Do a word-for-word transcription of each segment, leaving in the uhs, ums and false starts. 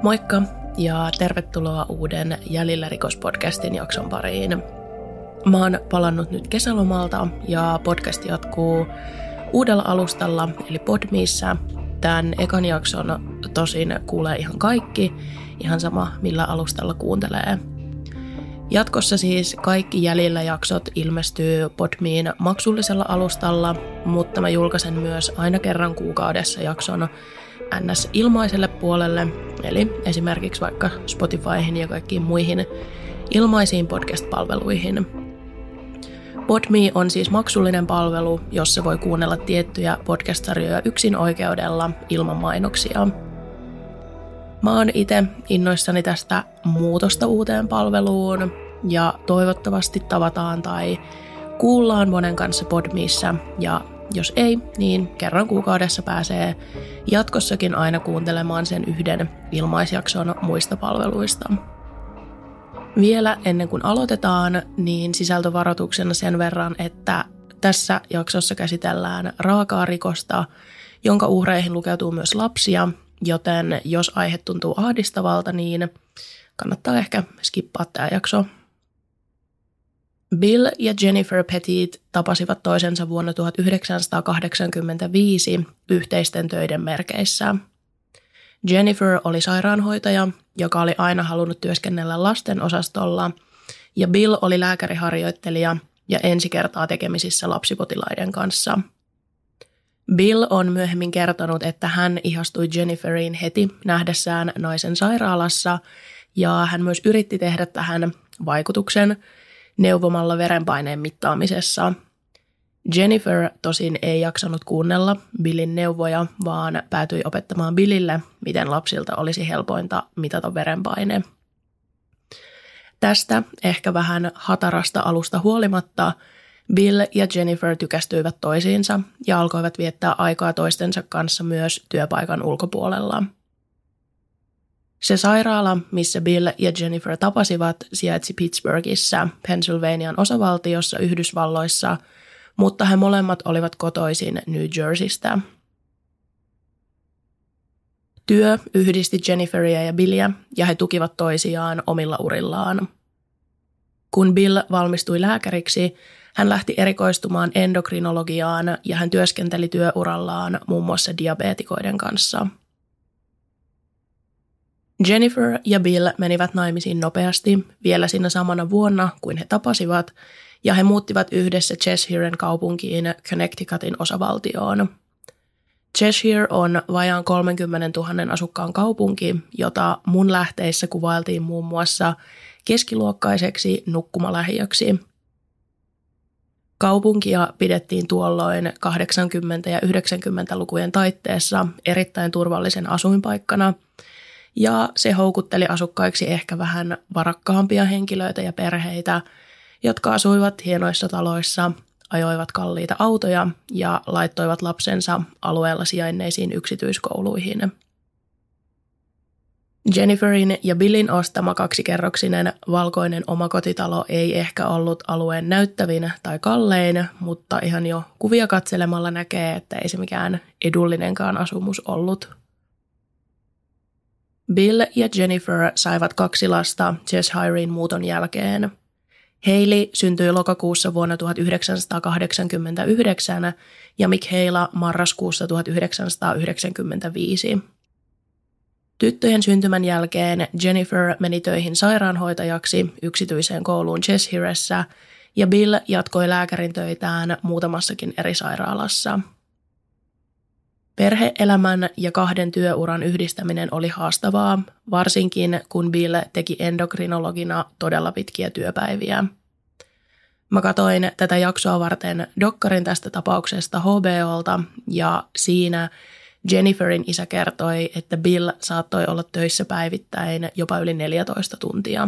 Moikka ja tervetuloa uuden Jäljillä rikospodcastin jakson pariin. Mä oon palannut nyt kesälomalta ja podcast jatkuu uudella alustalla eli Podmeissa. Tämän ekan jakson tosin kuulee ihan kaikki, ihan sama millä alustalla kuuntelee. Jatkossa siis kaikki Jäljillä jaksot ilmestyy Podmeen maksullisella alustalla, mutta mä julkaisen myös aina kerran kuukaudessa jakson N S-ilmaiselle puolelle, eli esimerkiksi vaikka Spotifyhin ja kaikkiin muihin ilmaisiin podcast-palveluihin. Podme on siis maksullinen palvelu, jossa voi kuunnella tiettyjä podcast-sarjoja yksin oikeudella ilman mainoksia. Mä oon itse innoissani tästä muutosta uuteen palveluun ja toivottavasti tavataan tai kuullaan monen kanssa Podmeissa ja jos ei, niin kerran kuukaudessa pääsee jatkossakin aina kuuntelemaan sen yhden ilmaisjakson muista palveluista. Vielä ennen kuin aloitetaan, niin sisältövaroituksena sen verran, että tässä jaksossa käsitellään raakaa rikosta, jonka uhreihin lukeutuu myös lapsia, joten jos aihe tuntuu ahdistavalta, niin kannattaa ehkä skippaa tämä jakso. Bill ja Jennifer Petit tapasivat toisensa vuonna tuhatyhdeksänsataakahdeksankymmentäviisi yhteisten töiden merkeissä. Jennifer oli sairaanhoitaja, joka oli aina halunnut työskennellä lasten osastolla, ja Bill oli lääkäriharjoittelija ja ensi kertaa tekemisissä lapsipotilaiden kanssa. Bill on myöhemmin kertonut, että hän ihastui Jenniferiin heti nähdessään naisen sairaalassa, ja hän myös yritti tehdä tähän vaikutuksen neuvomalla verenpaineen mittaamisessa. Jennifer tosin ei jaksanut kuunnella Billin neuvoja, vaan päätyi opettamaan Billille, miten lapsilta olisi helpointa mitata verenpaine. Tästä ehkä vähän hatarasta alusta huolimatta Bill ja Jennifer tykästyivät toisiinsa ja alkoivat viettää aikaa toistensa kanssa myös työpaikan ulkopuolella. Se sairaala, missä Bill ja Jennifer tapasivat, sijaitsi Pittsburghissa, Pennsylvanian osavaltiossa Yhdysvalloissa, mutta he molemmat olivat kotoisin New Jerseystä. Työ yhdisti Jenniferia ja Billia ja he tukivat toisiaan omilla urillaan. Kun Bill valmistui lääkäriksi, hän lähti erikoistumaan endokrinologiaan ja hän työskenteli työurallaan muun muassa diabeetikoiden kanssa. Jennifer ja Bill menivät naimisiin nopeasti vielä siinä samana vuonna, kuin he tapasivat, ja he muuttivat yhdessä Cheshiren kaupunkiin Connecticutin osavaltioon. Cheshire on vajaan kolmekymmentätuhatta asukkaan kaupunki, jota mun lähteissä kuvailtiin muun muassa keskiluokkaiseksi nukkumalähiöksi. Kaupunkia pidettiin tuolloin kahdeksankymmentä- ja yhdeksänkymmentälukujen taitteessa erittäin turvallisen asuinpaikkana, ja se houkutteli asukkaiksi ehkä vähän varakkaampia henkilöitä ja perheitä, jotka asuivat hienoissa taloissa, ajoivat kalliita autoja ja laittoivat lapsensa alueella sijainneisiin yksityiskouluihin. Jenniferin ja Billin ostama kaksikerroksinen valkoinen omakotitalo ei ehkä ollut alueen näyttävin tai kallein, mutta ihan jo kuvia katselemalla näkee, että ei se mikään edullinenkaan asumus ollut. Bill ja Jennifer saivat kaksi lasta Cheshiren muuton jälkeen. Hailey syntyi lokakuussa vuonna tuhatyhdeksänsataakahdeksankymmentäyhdeksän ja Michaela marraskuussa tuhatyhdeksänsataayhdeksänkymmentäviisi. Tyttöjen syntymän jälkeen Jennifer meni töihin sairaanhoitajaksi yksityiseen kouluun Cheshiressä ja Bill jatkoi lääkärin töitään muutamassakin eri sairaalassa. Perhe-elämän ja kahden työuran yhdistäminen oli haastavaa, varsinkin kun Bill teki endokrinologina todella pitkiä työpäiviä. Mä katoin tätä jaksoa varten dokkarin tästä tapauksesta H B O:lta ja siinä Jenniferin isä kertoi, että Bill saattoi olla töissä päivittäin jopa yli neljätoista tuntia.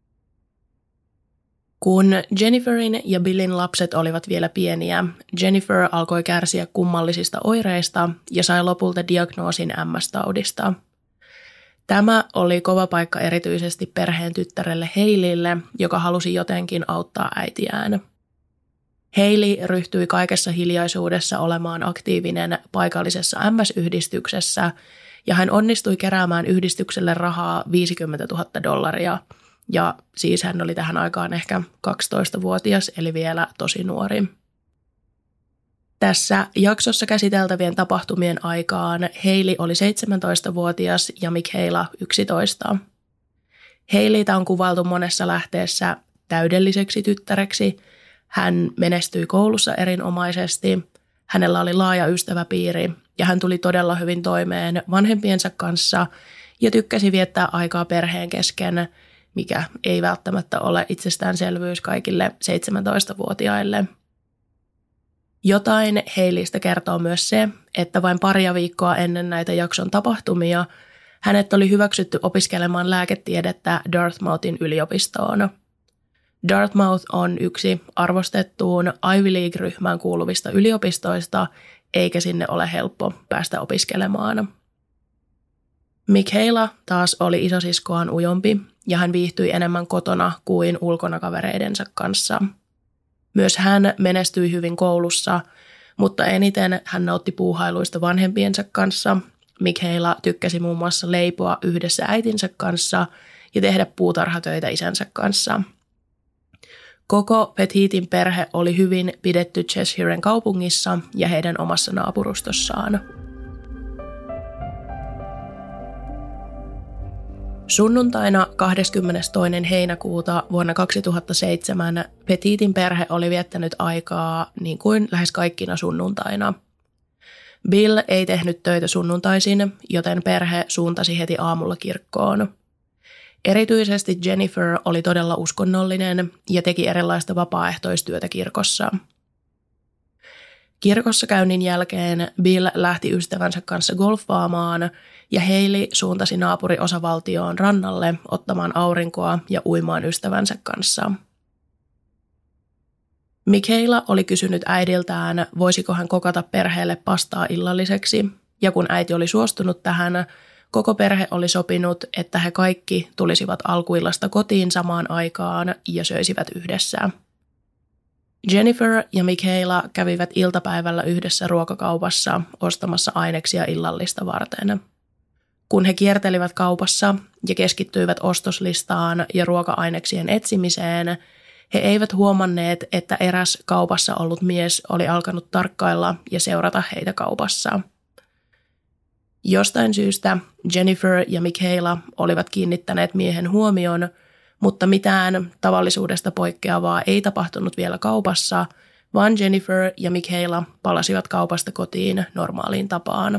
Kun Jenniferin ja Billin lapset olivat vielä pieniä, Jennifer alkoi kärsiä kummallisista oireista ja sai lopulta diagnoosin M S-taudista. Tämä oli kova paikka erityisesti perheen tyttärelle Haileylle, joka halusi jotenkin auttaa äitiään. Hailey ryhtyi kaikessa hiljaisuudessa olemaan aktiivinen paikallisessa M S-yhdistyksessä ja hän onnistui keräämään yhdistykselle rahaa viisikymmentätuhatta dollaria, ja siis hän oli tähän aikaan ehkä kaksitoistavuotias, eli vielä tosi nuori. Tässä jaksossa käsiteltävien tapahtumien aikaan Hailey oli seitsemäntoistavuotias ja Michaela yksitoista. Haileytä on kuvailtu monessa lähteessä täydelliseksi tyttäreksi. Hän menestyi koulussa erinomaisesti, hänellä oli laaja ystäväpiiri ja hän tuli todella hyvin toimeen vanhempiensa kanssa ja tykkäsi viettää aikaa perheen kesken, mikä ei välttämättä ole itsestäänselvyys kaikille seitsemäntoistavuotiaille. Jotain Haileystä kertoo myös se, että vain paria viikkoa ennen näitä jakson tapahtumia hänet oli hyväksytty opiskelemaan lääketiedettä Dartmouthin yliopistoon. Dartmouth on yksi arvostettuun Ivy League-ryhmään kuuluvista yliopistoista, eikä sinne ole helppo päästä opiskelemaan. Michaela taas oli isosiskoaan ujompi ja hän viihtyi enemmän kotona kuin ulkona kavereidensa kanssa. Myös hän menestyi hyvin koulussa, mutta eniten hän nautti puuhailuista vanhempiensa kanssa. Michaela tykkäsi muun muassa leipoa yhdessä äitinsä kanssa ja tehdä puutarhatöitä isänsä kanssa. Koko Pettitin perhe oli hyvin pidetty Cheshiren kaupungissa ja heidän omassa naapurustossaan. Sunnuntaina kahdeskymmenestoinen heinäkuuta vuonna kaksituhattaseitsemän Pettitin perhe oli viettänyt aikaa niin kuin lähes kaikkina sunnuntaina. Bill ei tehnyt töitä sunnuntaisin, joten perhe suuntasi heti aamulla kirkkoon. Erityisesti Jennifer oli todella uskonnollinen ja teki erilaista vapaaehtoistyötä kirkossa. Kirkossa käynnin jälkeen Bill lähti ystävänsä kanssa golfaamaan ja Hailey suuntasi naapuriosavaltioon rannalle ottamaan aurinkoa ja uimaan ystävänsä kanssa. Michaela oli kysynyt äidiltään, voisiko hän kokata perheelle pastaa illalliseksi, ja kun äiti oli suostunut tähän, koko perhe oli sopinut, että he kaikki tulisivat alkuillasta kotiin samaan aikaan ja söisivät yhdessä. Jennifer ja Michaela kävivät iltapäivällä yhdessä ruokakaupassa ostamassa aineksia illallista varten. Kun he kiertelivät kaupassa ja keskittyivät ostoslistaan ja ruoka-aineksien etsimiseen, he eivät huomanneet, että eräs kaupassa ollut mies oli alkanut tarkkailla ja seurata heitä kaupassa. Jostain syystä Jennifer ja Michaela olivat kiinnittäneet miehen huomion, mutta mitään tavallisuudesta poikkeavaa ei tapahtunut vielä kaupassa, vaan Jennifer ja Michaela palasivat kaupasta kotiin normaaliin tapaan.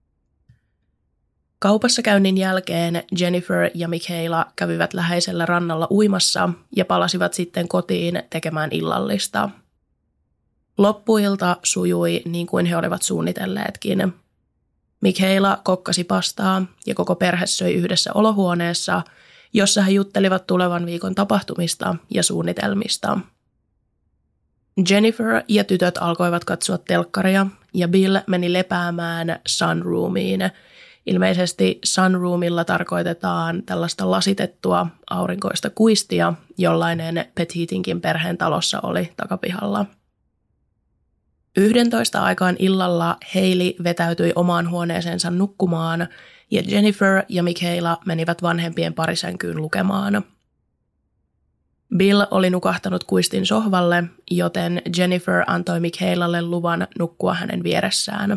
Kaupassa käynnin jälkeen Jennifer ja Michaela kävivät läheisellä rannalla uimassa ja palasivat sitten kotiin tekemään illallista. Loppuilta sujui niin kuin he olivat suunnitelleetkin. Michaela kokkasi pastaa ja koko perhe söi yhdessä olohuoneessa, jossa he juttelivat tulevan viikon tapahtumista ja suunnitelmista. Jennifer ja tytöt alkoivat katsoa telkkaria ja Bill meni lepäämään sunroomiin. Ilmeisesti sunroomilla tarkoitetaan tällaista lasitettua aurinkoista kuistia, jollainen Pettitinkin perheen talossa oli takapihalla. Yhdentoista aikaan illalla Hailey vetäytyi omaan huoneeseensa nukkumaan ja Jennifer ja Michaela menivät vanhempien parisänkyyn lukemaan. Bill oli nukahtanut kuistin sohvalle, joten Jennifer antoi Michaelalle luvan nukkua hänen vieressään.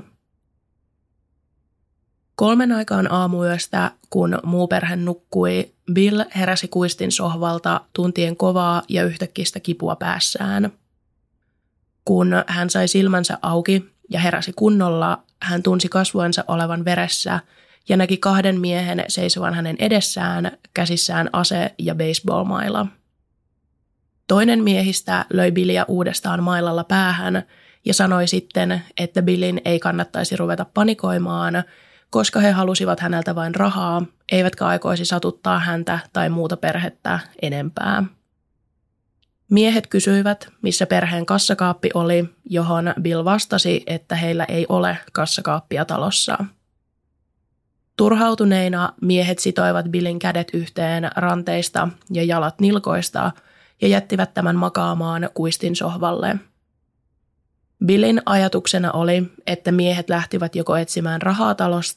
Kolmen aikaan aamuyöstä, kun muu perhe nukkui, Bill heräsi kuistin sohvalta tuntien kovaa ja yhtäkkistä kipua päässään. Kun hän sai silmänsä auki ja heräsi kunnolla, hän tunsi kasvojensa olevan veressä ja näki kahden miehen seisovan hänen edessään, käsissään ase ja baseballmaila. Toinen miehistä löi Billiä uudestaan mailalla päähän ja sanoi sitten, että Billin ei kannattaisi ruveta panikoimaan, koska he halusivat häneltä vain rahaa, eivätkä aikoisi satuttaa häntä tai muuta perhettä enempää. Miehet kysyivät, missä perheen kassakaappi oli, johon Bill vastasi, että heillä ei ole kassakaappia talossa. Turhautuneina miehet sitoivat Billin kädet yhteen ranteista ja jalat nilkoista ja jättivät tämän makaamaan kuistin sohvalle. Billin ajatuksena oli, että miehet lähtivät joko etsimään rahaa talosta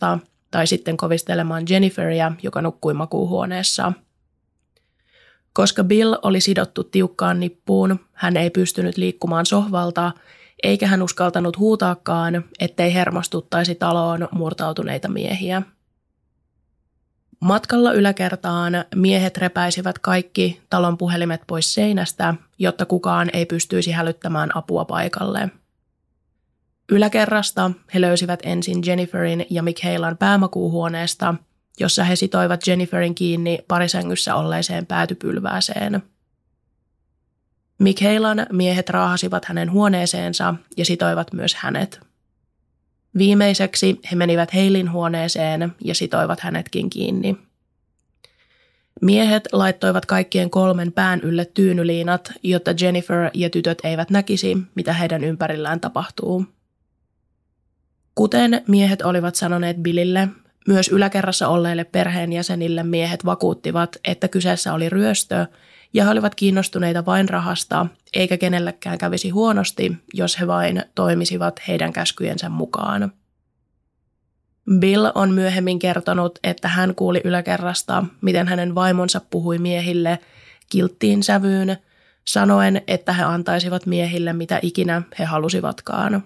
tai sitten kovistelemaan Jenniferia, joka nukkui makuuhuoneessa. Koska Bill oli sidottu tiukkaan nippuun, hän ei pystynyt liikkumaan sohvalta, eikä hän uskaltanut huutaakaan, ettei hermostuttaisi taloon murtautuneita miehiä. Matkalla yläkertaan miehet repäisivät kaikki talon puhelimet pois seinästä, jotta kukaan ei pystyisi hälyttämään apua paikalle. Yläkerrasta he löysivät ensin Jenniferin ja Michaelan päämakuuhuoneesta, jossa he sitoivat Jenniferin kiinni parisängyssä olleeseen päätypylvääseen. Michaelan miehet raahasivat hänen huoneeseensa ja sitoivat myös hänet. Viimeiseksi he menivät Haleyn huoneeseen ja sitoivat hänetkin kiinni. Miehet laittoivat kaikkien kolmen pään ylle tyynyliinat, jotta Jennifer ja tytöt eivät näkisi, mitä heidän ympärillään tapahtuu. Kuten miehet olivat sanoneet Billille, myös yläkerrassa olleille perheenjäsenille miehet vakuuttivat, että kyseessä oli ryöstö ja he olivat kiinnostuneita vain rahasta, eikä kenellekään kävisi huonosti, jos he vain toimisivat heidän käskyjensä mukaan. Bill on myöhemmin kertonut, että hän kuuli yläkerrasta, miten hänen vaimonsa puhui miehille kilttiin sävyyn, sanoen, että he antaisivat miehille mitä ikinä he halusivatkaan.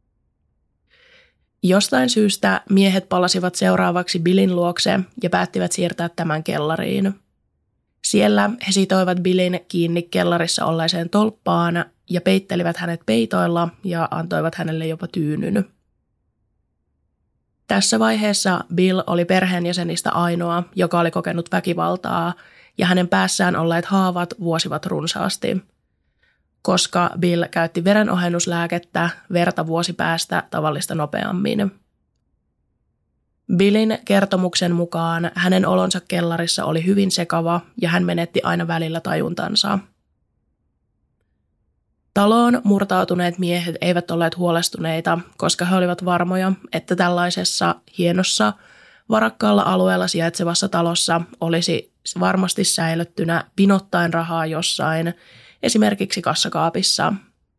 Jostain syystä miehet palasivat seuraavaksi Billin luokse ja päättivät siirtää tämän kellariin. Siellä he sitoivat Billin kiinni kellarissa olleeseen tolppaan ja peittelivät hänet peitoilla ja antoivat hänelle jopa tyynyn. Tässä vaiheessa Bill oli perheenjäsenistä ainoa, joka oli kokenut väkivaltaa, ja hänen päässään olleet haavat vuosivat runsaasti. Koska Bill käytti verenohennuslääkettä, verta vuosi päästä tavallista nopeammin. Billin kertomuksen mukaan hänen olonsa kellarissa oli hyvin sekava ja hän menetti aina välillä tajuntansa. Taloon murtautuneet miehet eivät olleet huolestuneita, koska he olivat varmoja, että tällaisessa hienossa, varakkaalla alueella sijaitsevassa talossa olisi varmasti säilyttynä pinottain rahaa jossain, esimerkiksi kassakaapissa.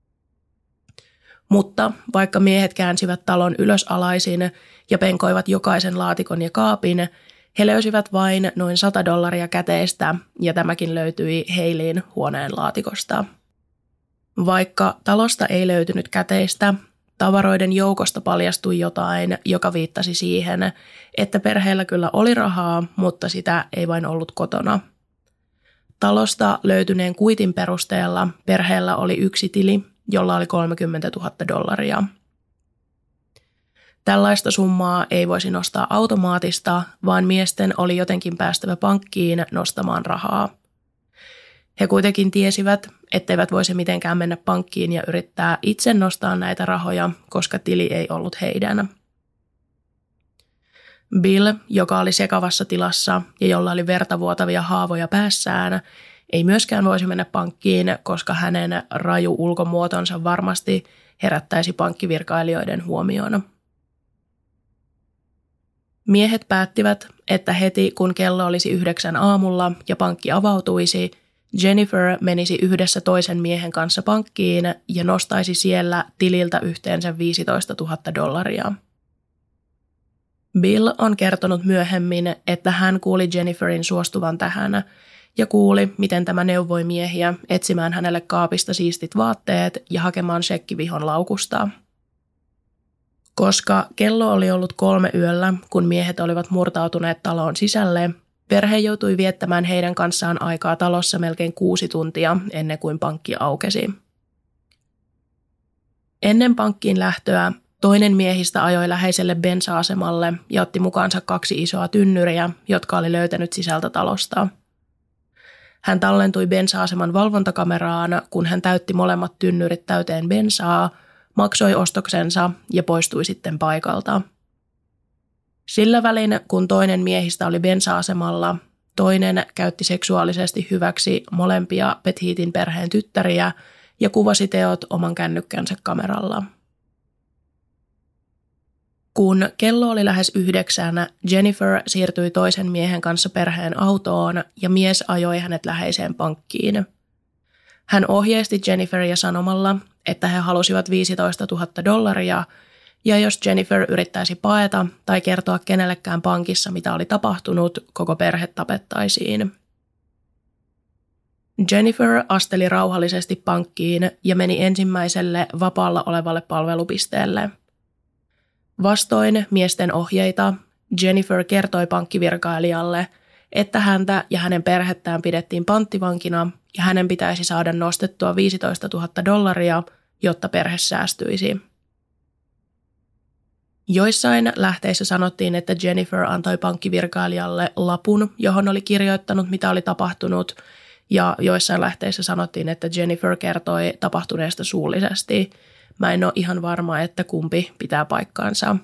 Mutta vaikka miehet käänsivät talon ylösalaisin ja penkoivat jokaisen laatikon ja kaapin, he löysivät vain noin sata dollaria käteistä ja tämäkin löytyi Haleyn huoneen laatikosta. Vaikka talosta ei löytynyt käteistä, tavaroiden joukosta paljastui jotain, joka viittasi siihen, että perheellä kyllä oli rahaa, mutta sitä ei vain ollut kotona. Talosta löytyneen kuitin perusteella perheellä oli yksi tili, jolla oli kolmekymmentätuhatta dollaria. Tällaista summaa ei voisi nostaa automaatista, vaan miesten oli jotenkin päästävä pankkiin nostamaan rahaa. He kuitenkin tiesivät, etteivät voisi mitenkään mennä pankkiin ja yrittää itse nostaa näitä rahoja, koska tili ei ollut heidän. Bill, joka oli sekavassa tilassa ja jolla oli verta vuotavia haavoja päässään, ei myöskään voisi mennä pankkiin, koska hänen raju ulkomuotonsa varmasti herättäisi pankkivirkailijoiden huomioon. Miehet päättivät, että heti kun kello olisi yhdeksän aamulla ja pankki avautuisi, Jennifer menisi yhdessä toisen miehen kanssa pankkiin ja nostaisi siellä tililtä yhteensä viisitoistatuhatta dollaria. Bill on kertonut myöhemmin, että hän kuuli Jenniferin suostuvan tähän ja kuuli, miten tämä neuvoi miehiä etsimään hänelle kaapista siistit vaatteet ja hakemaan shekkivihon laukusta. Koska kello oli ollut kolme yöllä, kun miehet olivat murtautuneet taloon sisälle, perhe joutui viettämään heidän kanssaan aikaa talossa melkein kuusi tuntia ennen kuin pankki aukesi. Ennen pankkiin lähtöä toinen miehistä ajoi läheiselle bensa-asemalle ja otti mukaansa kaksi isoa tynnyriä, jotka oli löytänyt sisältä talosta. Hän tallentui bensa-aseman valvontakameraan, kun hän täytti molemmat tynnyrit täyteen bensaa, maksoi ostoksensa ja poistui sitten paikalta. Sillä välin, kun toinen miehistä oli bensa-asemalla, toinen käytti seksuaalisesti hyväksi molempia Pethitin perheen tyttäriä ja kuvasi teot oman kännykkänsä kameralla. Kun kello oli lähes yhdeksän, Jennifer siirtyi toisen miehen kanssa perheen autoon ja mies ajoi hänet läheiseen pankkiin. Hän ohjeisti Jenniferia sanomalla, että he halusivat viisitoistatuhatta dollaria, Ja jos Jennifer yrittäisi paeta tai kertoa kenellekään pankissa, mitä oli tapahtunut, koko perhe tapettaisiin. Jennifer asteli rauhallisesti pankkiin ja meni ensimmäiselle vapaalla olevalle palvelupisteelle. Vastoin miesten ohjeita, Jennifer kertoi pankkivirkailijalle, että häntä ja hänen perhettään pidettiin panttivankina ja hänen pitäisi saada nostettua viisitoista tuhatta dollaria, jotta perhe säästyisi. Joissain lähteissä sanottiin, että Jennifer antoi pankkivirkailijalle lapun, johon oli kirjoittanut, mitä oli tapahtunut, ja joissain lähteissä sanottiin, että Jennifer kertoi tapahtuneesta suullisesti. Mä en ole ihan varma, että kumpi pitää paikkaansa.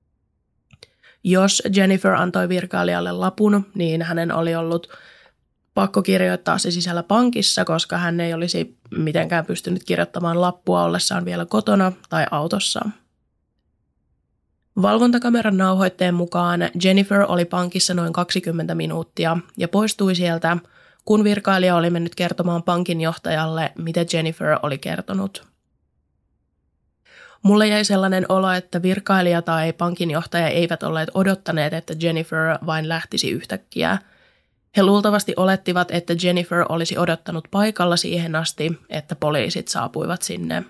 Jos Jennifer antoi virkailijalle lapun, niin hänen oli ollut pakko kirjoittaa se sisällä pankissa, koska hän ei olisi mitenkään pystynyt kirjoittamaan lappua ollessaan vielä kotona tai autossa. Valvontakameran nauhoitteen mukaan Jennifer oli pankissa noin kaksikymmentä minuuttia ja poistui sieltä, kun virkailija oli mennyt kertomaan pankinjohtajalle, mitä Jennifer oli kertonut. Mulle jäi sellainen olo, että virkailija tai pankinjohtaja eivät olleet odottaneet, että Jennifer vain lähtisi yhtäkkiä. He luultavasti olettivat, että Jennifer olisi odottanut paikalla siihen asti, että poliisit saapuivat sinne.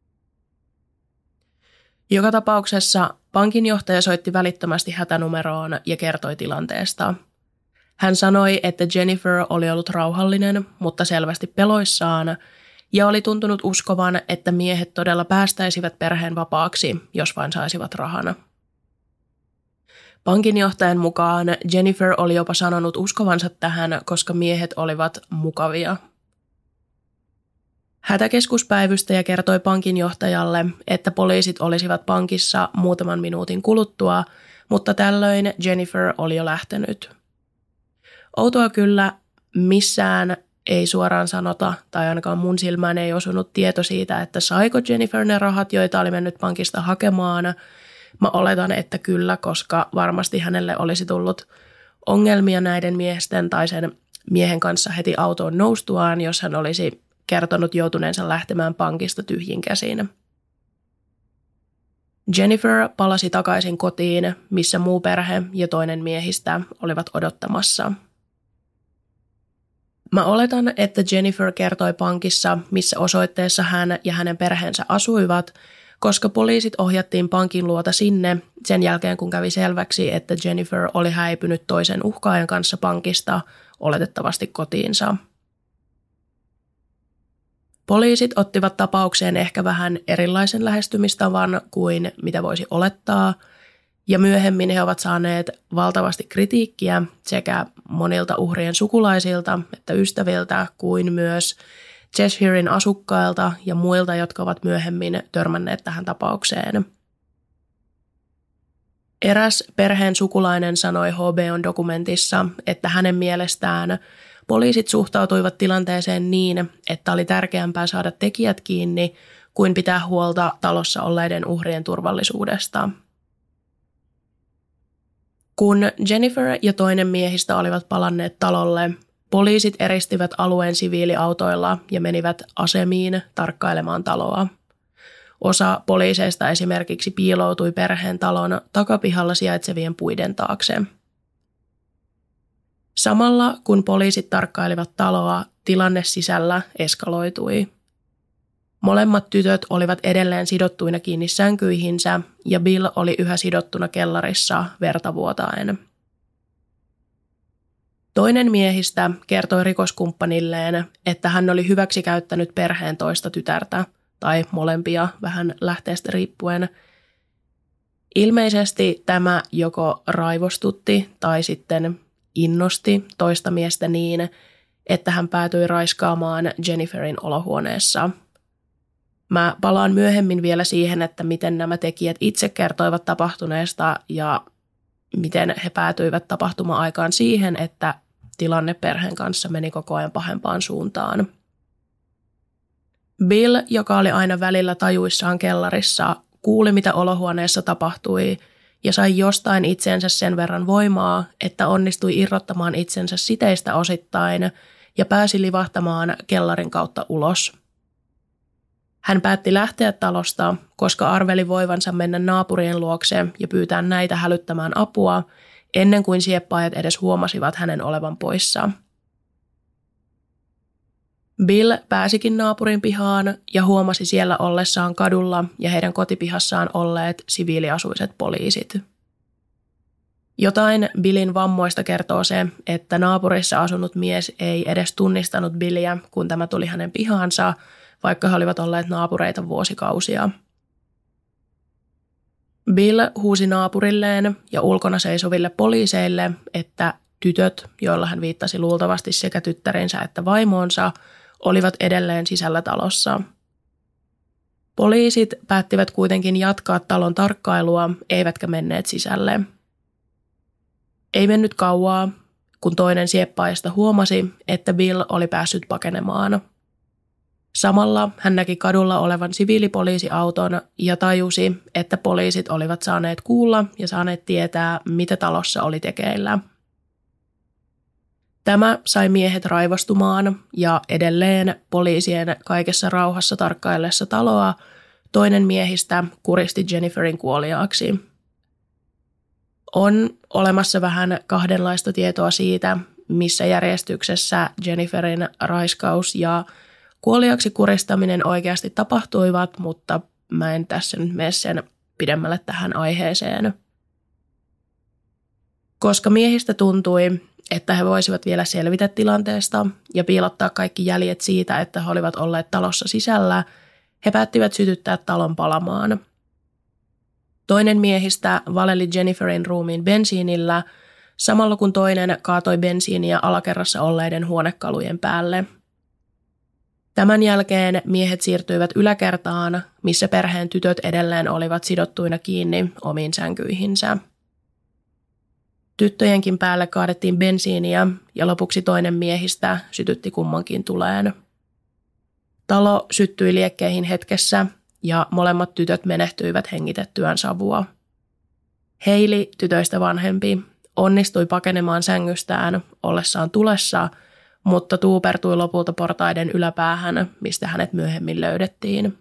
Joka tapauksessa pankinjohtaja soitti välittömästi hätänumeroon ja kertoi tilanteesta. Hän sanoi, että Jennifer oli ollut rauhallinen, mutta selvästi peloissaan, ja oli tuntunut uskovan, että miehet todella päästäisivät perheen vapaaksi, jos vain saisivat rahana. Pankinjohtajan mukaan Jennifer oli jopa sanonut uskovansa tähän, koska miehet olivat mukavia. Hätäkeskuspäivystäjä kertoi pankinjohtajalle, että poliisit olisivat pankissa muutaman minuutin kuluttua, mutta tällöin Jennifer oli jo lähtenyt. Outoa kyllä, missään ei suoraan sanota, tai ainakaan mun silmään ei osunut tieto siitä, että saiko Jennifer ne rahat, joita oli mennyt pankista hakemaan. Mä oletan, että kyllä, koska varmasti hänelle olisi tullut ongelmia näiden miesten tai sen miehen kanssa heti autoon noustuaan, jos hän olisi kertonut joutuneensa lähtemään pankista tyhjin käsin. Jennifer palasi takaisin kotiin, missä muu perhe ja toinen miehistä olivat odottamassa. Mä oletan, että Jennifer kertoi pankissa, missä osoitteessa hän ja hänen perheensä asuivat, koska poliisit ohjattiin pankin luota sinne sen jälkeen, kun kävi selväksi, että Jennifer oli häipynyt toisen uhkaajan kanssa pankista, oletettavasti kotiinsa. Poliisit ottivat tapaukseen ehkä vähän erilaisen lähestymistavan kuin mitä voisi olettaa, ja myöhemmin he ovat saaneet valtavasti kritiikkiä sekä monilta uhrien sukulaisilta että ystäviltä kuin myös Cheshiren asukkailta ja muilta, jotka ovat myöhemmin törmänneet tähän tapaukseen. Eräs perheen sukulainen sanoi H B O:n dokumentissa, että hänen mielestään poliisit suhtautuivat tilanteeseen niin, että oli tärkeämpää saada tekijät kiinni kuin pitää huolta talossa olleiden uhrien turvallisuudesta. Kun Jennifer ja toinen miehistä olivat palanneet talolle, poliisit eristivät alueen siviiliautoilla ja menivät asemiin tarkkailemaan taloa. Osa poliiseista esimerkiksi piiloutui perheen talon takapihalla sijaitsevien puiden taakse. Samalla kun poliisit tarkkailivat taloa, tilanne sisällä eskaloitui. Molemmat tytöt olivat edelleen sidottuina kiinni sänkyihinsä ja Bill oli yhä sidottuna kellarissa verta vuotaen. Toinen miehistä kertoi rikoskumppanilleen, että hän oli hyväksikäyttänyt perheen toista tytärtä, tai molempia vähän lähteestä riippuen. Ilmeisesti tämä joko raivostutti tai sitten innosti toista miestä niin, että hän päätyi raiskaamaan Jenniferin olohuoneessa. Mä palaan myöhemmin vielä siihen, että miten nämä tekijät itse kertoivat tapahtuneesta ja miten he päätyivät tapahtuma-aikaan siihen, että tilanne perheen kanssa meni koko ajan pahempaan suuntaan. Bill, joka oli aina välillä tajuissaan kellarissa, kuuli mitä olohuoneessa tapahtui ja sai jostain itsensä sen verran voimaa, että onnistui irrottamaan itsensä siteistä osittain ja pääsi livahtamaan kellarin kautta ulos. Hän päätti lähteä talosta, koska arveli voivansa mennä naapurien luokse ja pyytää näitä hälyttämään apua, ennen kuin sieppaajat edes huomasivat hänen olevan poissa. Bill pääsikin naapurin pihaan ja huomasi siellä ollessaan kadulla ja heidän kotipihassaan olleet siviiliasuiset poliisit. Jotain Billin vammoista kertoo se, että naapurissa asunut mies ei edes tunnistanut Billiä, kun tämä tuli hänen pihaansa, vaikka he olivat olleet naapureita vuosikausia. Bill huusi naapurilleen ja ulkona seisoville poliiseille, että tytöt, joilla hän viittasi luultavasti sekä tyttärinsä että vaimoonsa, olivat edelleen sisällä talossa. Poliisit päättivät kuitenkin jatkaa talon tarkkailua, eivätkä menneet sisälle. Ei mennyt kauaa, kun toinen sieppaajista huomasi, että Bill oli päässyt pakenemaan. Samalla hän näki kadulla olevan siviilipoliisiauton ja tajusi, että poliisit olivat saaneet kuulla ja saaneet tietää, mitä talossa oli tekeillä. Tämä sai miehet raivostumaan ja edelleen poliisien kaikessa rauhassa tarkkaillessa taloa toinen miehistä kuristi Jenniferin kuoliaaksi. On olemassa vähän kahdenlaista tietoa siitä, missä järjestyksessä Jenniferin raiskaus ja kuoliaaksi kuristaminen oikeasti tapahtuivat, mutta mä en tässä nyt mene sen pidemmälle tähän aiheeseen. Koska miehistä tuntui, että he voisivat vielä selvitä tilanteesta ja piilottaa kaikki jäljet siitä, että he olivat olleet talossa sisällä, he päättivät sytyttää talon palamaan. Toinen miehistä valeli Jenniferin ruumiin bensiinillä, samalla kun toinen kaatoi bensiiniä alakerrassa olleiden huonekalujen päälle. Tämän jälkeen miehet siirtyivät yläkertaan, missä perheen tytöt edelleen olivat sidottuina kiinni omiin sänkyihinsä. Tyttöjenkin päälle kaadettiin bensiiniä ja lopuksi toinen miehistä sytytti kummankin tuleen. Talo syttyi liekkeihin hetkessä ja molemmat tytöt menehtyivät hengitettyään savua. Hailey, tytöistä vanhempi, onnistui pakenemaan sängystään ollessaan tulessa, mutta tuupertui lopulta portaiden yläpäähän, mistä hänet myöhemmin löydettiin.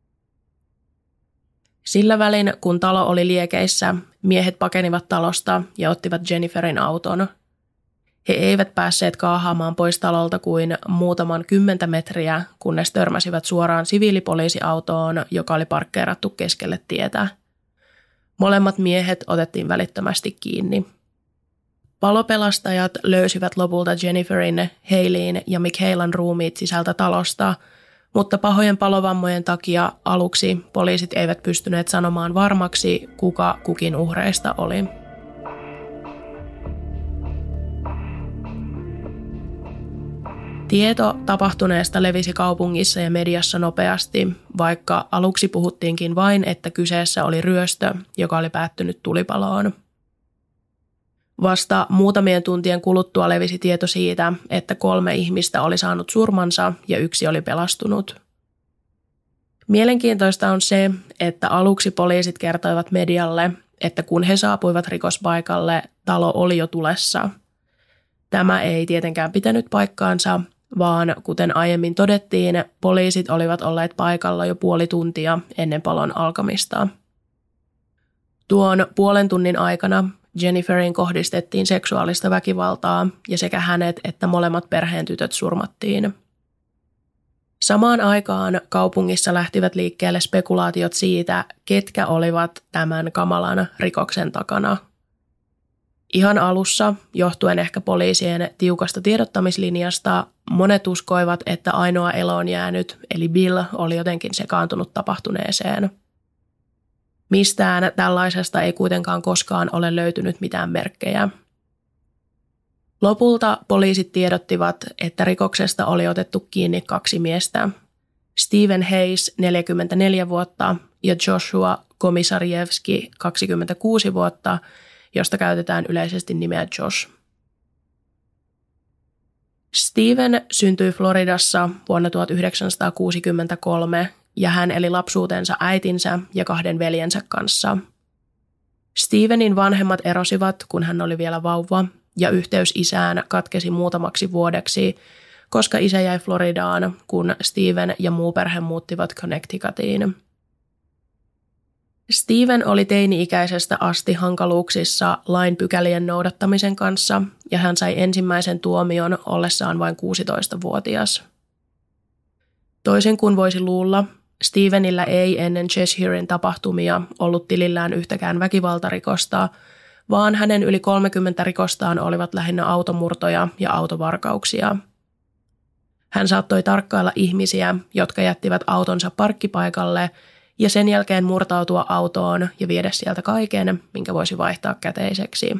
Sillä välin, kun talo oli liekeissä, miehet pakenivat talosta ja ottivat Jenniferin auton. He eivät päässeet kaahaamaan pois talolta kuin muutaman kymmentä metriä, kunnes törmäsivät suoraan siviilipoliisiautoon, joka oli parkkeerattu keskelle tietä. Molemmat miehet otettiin välittömästi kiinni. Palopelastajat löysivät lopulta Jenniferin, Haileyn ja Michaelan ruumiit sisältä talosta, mutta pahojen palovammojen takia aluksi poliisit eivät pystyneet sanomaan varmaksi, kuka kukin uhreista oli. Tieto tapahtuneesta levisi kaupungissa ja mediassa nopeasti, vaikka aluksi puhuttiinkin vain, että kyseessä oli ryöstö, joka oli päättynyt tulipaloon. Vasta muutamien tuntien kuluttua levisi tieto siitä, että kolme ihmistä oli saanut surmansa ja yksi oli pelastunut. Mielenkiintoista on se, että aluksi poliisit kertoivat medialle, että kun he saapuivat rikospaikalle, talo oli jo tulessa. Tämä ei tietenkään pitänyt paikkaansa, vaan kuten aiemmin todettiin, poliisit olivat olleet paikalla jo puoli tuntia ennen palon alkamista. Tuon puolen tunnin aikana Jenniferin kohdistettiin seksuaalista väkivaltaa ja sekä hänet että molemmat perheen tytöt surmattiin. Samaan aikaan kaupungissa lähtivät liikkeelle spekulaatiot siitä, ketkä olivat tämän kamalan rikoksen takana. Ihan alussa, johtuen ehkä poliisien tiukasta tiedottamislinjasta, monet uskoivat, että ainoa eloon jäänyt, eli Bill, oli jotenkin sekaantunut tapahtuneeseen. Mistään tällaisesta ei kuitenkaan koskaan ole löytynyt mitään merkkejä. Lopulta poliisit tiedottivat, että rikoksesta oli otettu kiinni kaksi miestä, Stephen Hayes, neljäkymmentäneljä vuotta, ja Joshua Komisarjevski, kaksikymmentäkuusi vuotta, josta käytetään yleisesti nimeä Josh. Stephen syntyi Floridassa vuonna tuhatyhdeksänsataakuusikymmentäkolme ja hän eli lapsuutensa äitinsä ja kahden veljensä kanssa. Stephenin vanhemmat erosivat, kun hän oli vielä vauva, ja yhteys isään katkesi muutamaksi vuodeksi, koska isä jäi Floridaan, kun Steven ja muu perhe muuttivat Connecticutiin. Steven oli teini-ikäisestä asti hankaluuksissa lain pykälien noudattamisen kanssa ja hän sai ensimmäisen tuomion ollessaan vain kuusitoistavuotias. Toisin kuin voisi luulla, Stevenillä ei ennen Cheshiren tapahtumia ollut tilillään yhtäkään väkivaltarikosta, vaan hänen yli kolmekymmentä rikostaan olivat lähinnä automurtoja ja autovarkauksia. Hän saattoi tarkkailla ihmisiä, jotka jättivät autonsa parkkipaikalle ja sen jälkeen murtautua autoon ja viedä sieltä kaiken, minkä voisi vaihtaa käteiseksi.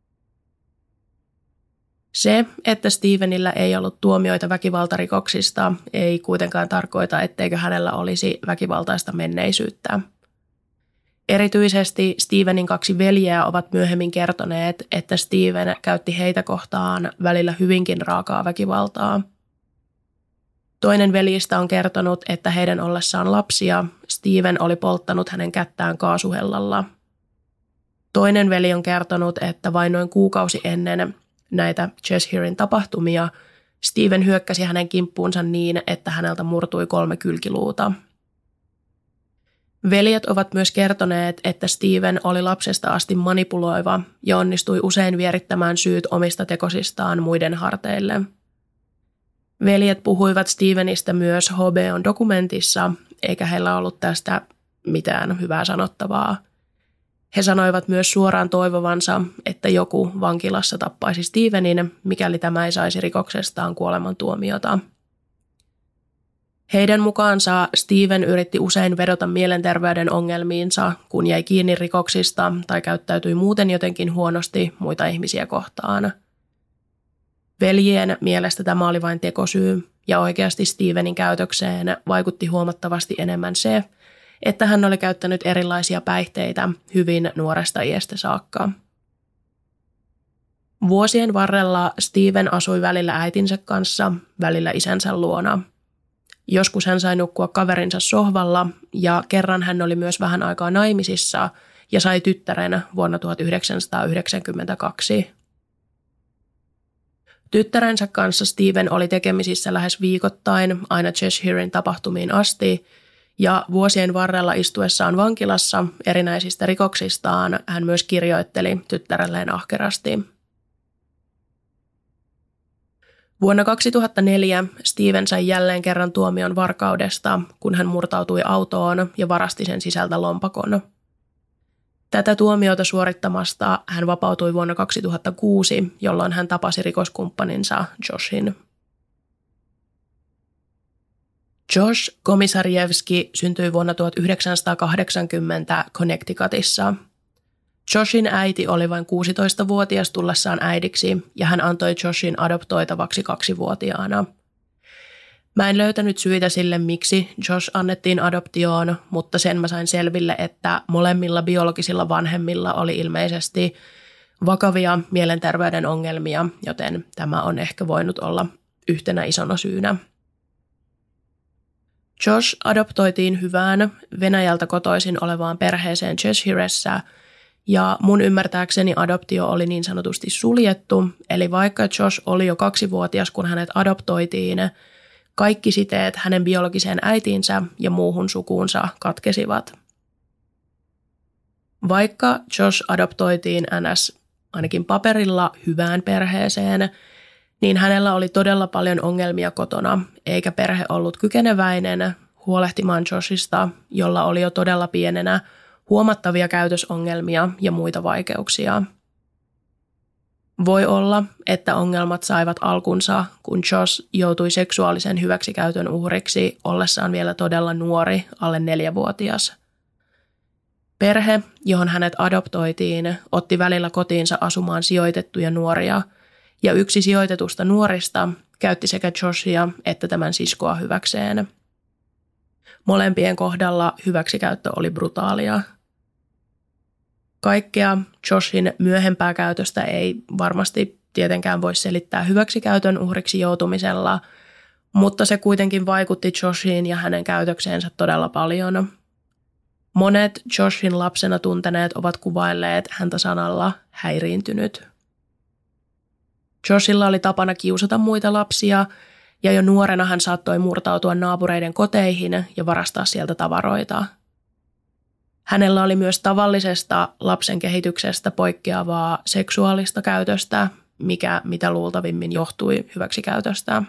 Se, että Stevenillä ei ollut tuomioita väkivaltarikoksista, ei kuitenkaan tarkoita, etteikö hänellä olisi väkivaltaista menneisyyttä. Erityisesti Stevenin kaksi veljeä ovat myöhemmin kertoneet, että Steven käytti heitä kohtaan välillä hyvinkin raakaa väkivaltaa. Toinen veljistä on kertonut, että heidän ollessaan lapsia Steven oli polttanut hänen kättään kaasuhellalla. Toinen veli on kertonut, että vain noin kuukausi ennen näitä Cheshiren tapahtumia Steven hyökkäsi hänen kimppuunsa niin, että häneltä murtui kolme kylkiluuta. Veljet ovat myös kertoneet, että Steven oli lapsesta asti manipuloiva ja onnistui usein vierittämään syyt omista tekosistaan muiden harteille. Veljet puhuivat Stevenistä myös H B O:n dokumentissa, eikä heillä ollut tästä mitään hyvää sanottavaa. He sanoivat myös suoraan toivovansa, että joku vankilassa tappaisi Stevenin, mikäli tämä ei saisi rikoksestaan kuolemantuomiota. Heidän mukaansa Steven yritti usein vedota mielenterveyden ongelmiinsa, kun jäi kiinni rikoksista tai käyttäytyi muuten jotenkin huonosti muita ihmisiä kohtaan. Veljien mielestä tämä oli vain tekosyy, ja oikeasti Stevenin käytökseen vaikutti huomattavasti enemmän se, että hän oli käyttänyt erilaisia päihteitä hyvin nuoresta iästä saakka. Vuosien varrella Steven asui välillä äitinsä kanssa, välillä isänsä luona. Joskus hän sai nukkua kaverinsa sohvalla ja kerran hän oli myös vähän aikaa naimisissa ja sai tyttären vuonna tuhatyhdeksänsataayhdeksänkymmentäkaksi. Tyttärensä kanssa Steven oli tekemisissä lähes viikoittain aina Cheshiren tapahtumiin asti ja vuosien varrella istuessaan vankilassa erinäisistä rikoksistaan hän myös kirjoitteli tyttärelleen ahkerasti. Vuonna kaksituhattaneljä Steven sai jälleen kerran tuomion varkaudesta, kun hän murtautui autoon ja varasti sen sisältä lompakon. Tätä tuomiota suorittamasta hän vapautui vuonna kaksituhattakuusi, jolloin hän tapasi rikoskumppaninsa Joshin. Josh Komisarjevski syntyi vuonna tuhatyhdeksänsataakahdeksankymmentä Connecticutissa. Joshin äiti oli vain kuusitoistavuotias tullessaan äidiksi ja hän antoi Joshin adoptoitavaksi kaksivuotiaana. Mä en löytänyt syitä sille, miksi Josh annettiin adoptioon, mutta sen mä sain selville, että molemmilla biologisilla vanhemmilla oli ilmeisesti vakavia mielenterveyden ongelmia, joten tämä on ehkä voinut olla yhtenä isona syynä. Josh adoptoitiin hyvään Venäjältä kotoisin olevaan perheeseen Cheshiressä, ja mun ymmärtääkseni adoptio oli niin sanotusti suljettu, eli vaikka Josh oli jo kaksivuotias, kun hänet adoptoitiin, kaikki siteet hänen biologiseen äitiinsä ja muuhun sukuunsa katkesivat. Vaikka Josh adoptoitiin ns. Ainakin paperilla hyvään perheeseen, niin hänellä oli todella paljon ongelmia kotona, eikä perhe ollut kykeneväinen huolehtimaan Joshista, jolla oli jo todella pienenä huomattavia käytösongelmia ja muita vaikeuksia. Voi olla, että ongelmat saivat alkunsa, kun Josh joutui seksuaalisen hyväksikäytön uhriksi ollessaan vielä todella nuori, alle neljävuotias. Perhe, johon hänet adoptoitiin, otti välillä kotiinsa asumaan sijoitettuja nuoria, ja yksi sijoitetusta nuorista käytti sekä Joshia että tämän siskoa hyväkseen. Molempien kohdalla hyväksikäyttö oli brutaalia. Kaikkea Joshin myöhempää käytöstä ei varmasti tietenkään voi selittää hyväksikäytön uhriksi joutumisella, mutta se kuitenkin vaikutti Joshiin ja hänen käytökseensä todella paljon. Monet Joshin lapsena tunteneet ovat kuvailleet häntä sanalla häiriintynyt. Joshilla oli tapana kiusata muita lapsia ja jo nuorena hän saattoi murtautua naapureiden koteihin ja varastaa sieltä tavaroita. Hänellä oli myös tavallisesta lapsen kehityksestä poikkeavaa seksuaalista käytöstä, mikä mitä luultavimmin johtui hyväksikäytöstä.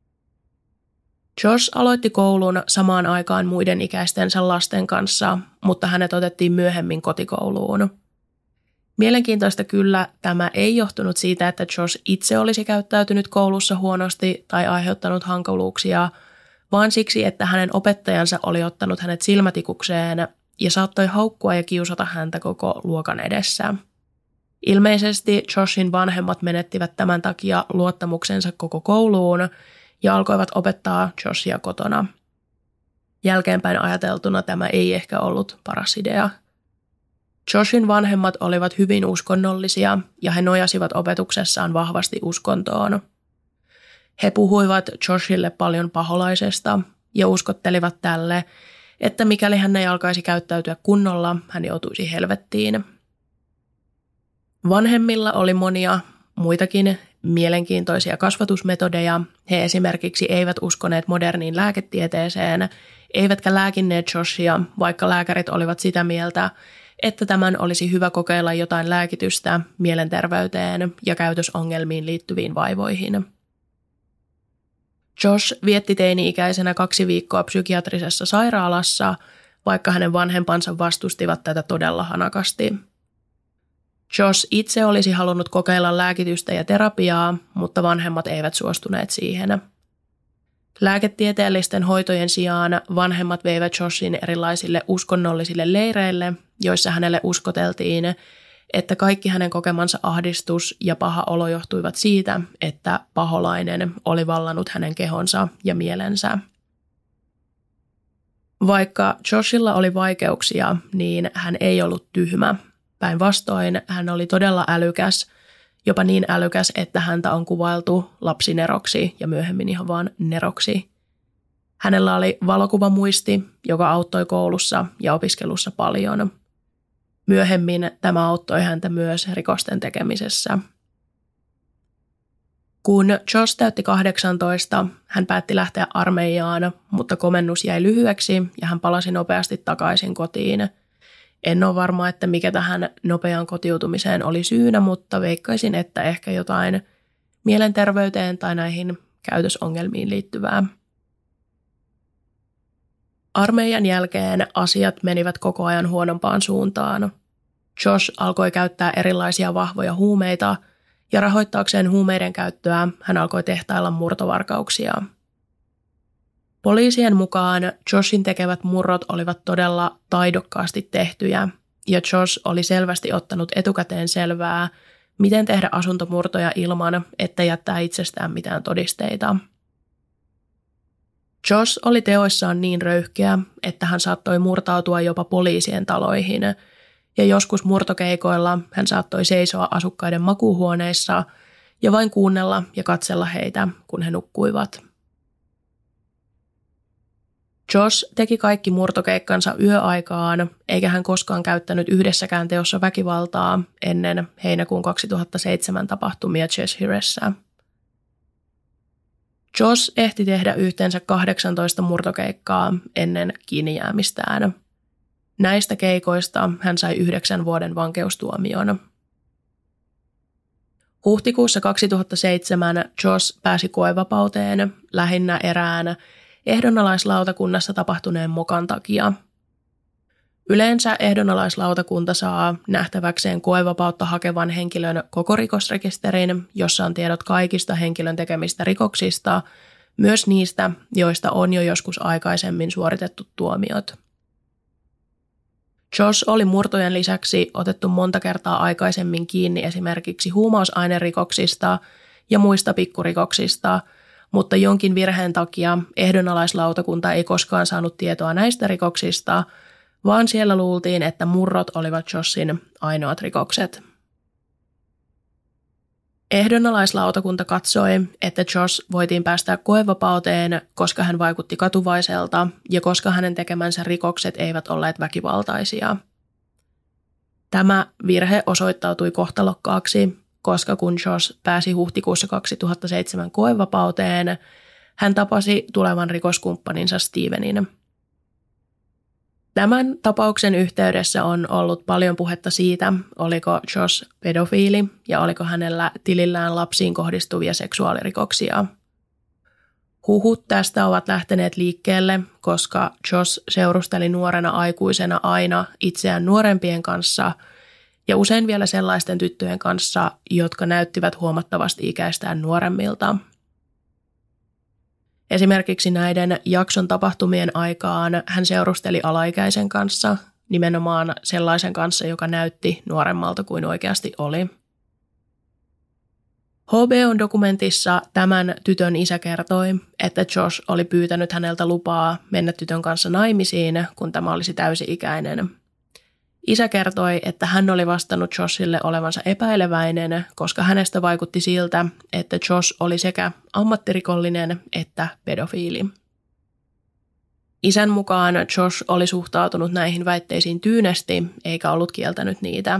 Josh aloitti koulun samaan aikaan muiden ikäistensä lasten kanssa, mutta hänet otettiin myöhemmin kotikouluun. Mielenkiintoista kyllä tämä ei johtunut siitä, että Josh itse olisi käyttäytynyt koulussa huonosti tai aiheuttanut hankaluuksia, vaan siksi, että hänen opettajansa oli ottanut hänet silmätikukseen ja saattoi haukkua ja kiusata häntä koko luokan edessä. Ilmeisesti Joshin vanhemmat menettivät tämän takia luottamuksensa koko kouluun ja alkoivat opettaa Joshia kotona. Jälkeenpäin ajateltuna tämä ei ehkä ollut paras idea. Joshin vanhemmat olivat hyvin uskonnollisia ja he nojasivat opetuksessaan vahvasti uskontoon. He puhuivat Joshille paljon paholaisesta ja uskottelivat tälle, että mikäli hän ei alkaisi käyttäytyä kunnolla, hän joutuisi helvettiin. Vanhemmilla oli monia muitakin mielenkiintoisia kasvatusmetodeja. He esimerkiksi eivät uskoneet moderniin lääketieteeseen, eivätkä lääkinneet Joshia, vaikka lääkärit olivat sitä mieltä, että tämän olisi hyvä kokeilla jotain lääkitystä mielenterveyteen ja käytösongelmiin liittyviin vaivoihin. Josh vietti teini-ikäisenä kaksi viikkoa psykiatrisessa sairaalassa, vaikka hänen vanhempansa vastustivat tätä todella hanakasti. Josh itse olisi halunnut kokeilla lääkitystä ja terapiaa, mutta vanhemmat eivät suostuneet siihen. Lääketieteellisten hoitojen sijaan vanhemmat veivät Joshin erilaisille uskonnollisille leireille, joissa hänelle uskoteltiin, että kaikki hänen kokemansa ahdistus ja paha olo johtuivat siitä, että paholainen oli vallannut hänen kehonsa ja mielensä. Vaikka Joshilla oli vaikeuksia, niin hän ei ollut tyhmä. Päinvastoin hän oli todella älykäs, jopa niin älykäs, että häntä on kuvailtu lapsineroksi ja myöhemmin ihan vaan neroksi. Hänellä oli valokuvamuisti, joka auttoi koulussa ja opiskelussa paljon. Myöhemmin tämä auttoi häntä myös rikosten tekemisessä. Kun Josh täytti kahdeksantoista, hän päätti lähteä armeijaan, mutta komennus jäi lyhyeksi ja hän palasi nopeasti takaisin kotiin. En ole varma, että mikä tähän nopeaan kotiutumiseen oli syynä, mutta veikkaisin, että ehkä jotain mielenterveyteen tai näihin käytösongelmiin liittyvää. Armeijan jälkeen asiat menivät koko ajan huonompaan suuntaan. Josh alkoi käyttää erilaisia vahvoja huumeita ja rahoittaakseen huumeiden käyttöä hän alkoi tehtailla murtovarkauksia. Poliisien mukaan Joshin tekevät murrot olivat todella taidokkaasti tehtyjä ja Josh oli selvästi ottanut etukäteen selvää, miten tehdä asuntomurtoja ilman, että jättää itsestään mitään todisteita. Josh oli teoissaan niin röyhkeä, että hän saattoi murtautua jopa poliisien taloihin ja joskus murtokeikoilla hän saattoi seisoa asukkaiden makuuhuoneissa ja vain kuunnella ja katsella heitä, kun he nukkuivat. Josh teki kaikki murtokeikkansa yöaikaan, eikä hän koskaan käyttänyt yhdessäkään teossa väkivaltaa ennen heinäkuun kaksituhattaseitsemän tapahtumia Cheshiressä. Josh ehti tehdä yhteensä kahdeksantoista murtokeikkaa ennen kiinni jäämistään. Näistä keikoista hän sai yhdeksän vuoden vankeustuomion. Huhtikuussa kaksituhattaseitsemän Josh pääsi koevapauteen lähinnä erään ehdonalaislautakunnassa tapahtuneen mokan takia. Yleensä ehdonalaislautakunta saa nähtäväkseen koevapautta hakevan henkilön koko rikosrekisterin, jossa on tiedot kaikista henkilön tekemistä rikoksista, myös niistä, joista on jo joskus aikaisemmin suoritettu tuomiot. Josh oli murtojen lisäksi otettu monta kertaa aikaisemmin kiinni esimerkiksi huumausainerikoksista ja muista pikkurikoksista, mutta jonkin virheen takia ehdonalaislautakunta ei koskaan saanut tietoa näistä rikoksista, vaan siellä luultiin, että murrot olivat Joshin ainoat rikokset. Ehdonalaislautakunta katsoi, että Josh voitiin päästää koevapauteen, koska hän vaikutti katuvaiselta ja koska hänen tekemänsä rikokset eivät olleet väkivaltaisia. Tämä virhe osoittautui kohtalokkaaksi, koska kun Josh pääsi huhtikuussa kaksituhattaseitsemän koevapauteen, hän tapasi tulevan rikoskumppaninsa Stevenin. Tämän tapauksen yhteydessä on ollut paljon puhetta siitä, oliko Josh pedofiili ja oliko hänellä tilillään lapsiin kohdistuvia seksuaalirikoksia. Huhut tästä ovat lähteneet liikkeelle, koska Josh seurusteli nuorena aikuisena aina itseään nuorempien kanssa ja usein vielä sellaisten tyttöjen kanssa, jotka näyttivät huomattavasti ikäistään nuoremmilta. Esimerkiksi näiden jakson tapahtumien aikaan hän seurusteli alaikäisen kanssa, nimenomaan sellaisen kanssa, joka näytti nuoremmalta kuin oikeasti oli. H B O-dokumentissa tämän tytön isä kertoi, että Josh oli pyytänyt häneltä lupaa mennä tytön kanssa naimisiin, kun tämä olisi täysi-ikäinen. Isä kertoi, että hän oli vastannut Joshille olevansa epäileväinen, koska hänestä vaikutti siltä, että Josh oli sekä ammattirikollinen että pedofiili. Isän mukaan Josh oli suhtautunut näihin väitteisiin tyynesti eikä ollut kieltänyt niitä.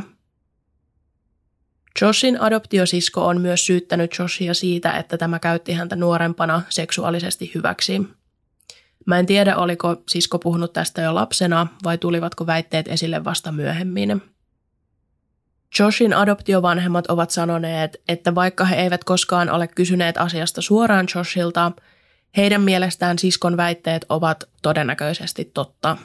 Joshin adoptiosisko on myös syyttänyt Joshia siitä, että tämä käytti häntä nuorempana seksuaalisesti hyväksi. Mä en tiedä, oliko sisko puhunut tästä jo lapsena vai tulivatko väitteet esille vasta myöhemmin. Joshin adoptiovanhemmat ovat sanoneet, että vaikka he eivät koskaan ole kysyneet asiasta suoraan Joshilta, heidän mielestään siskon väitteet ovat todennäköisesti totta.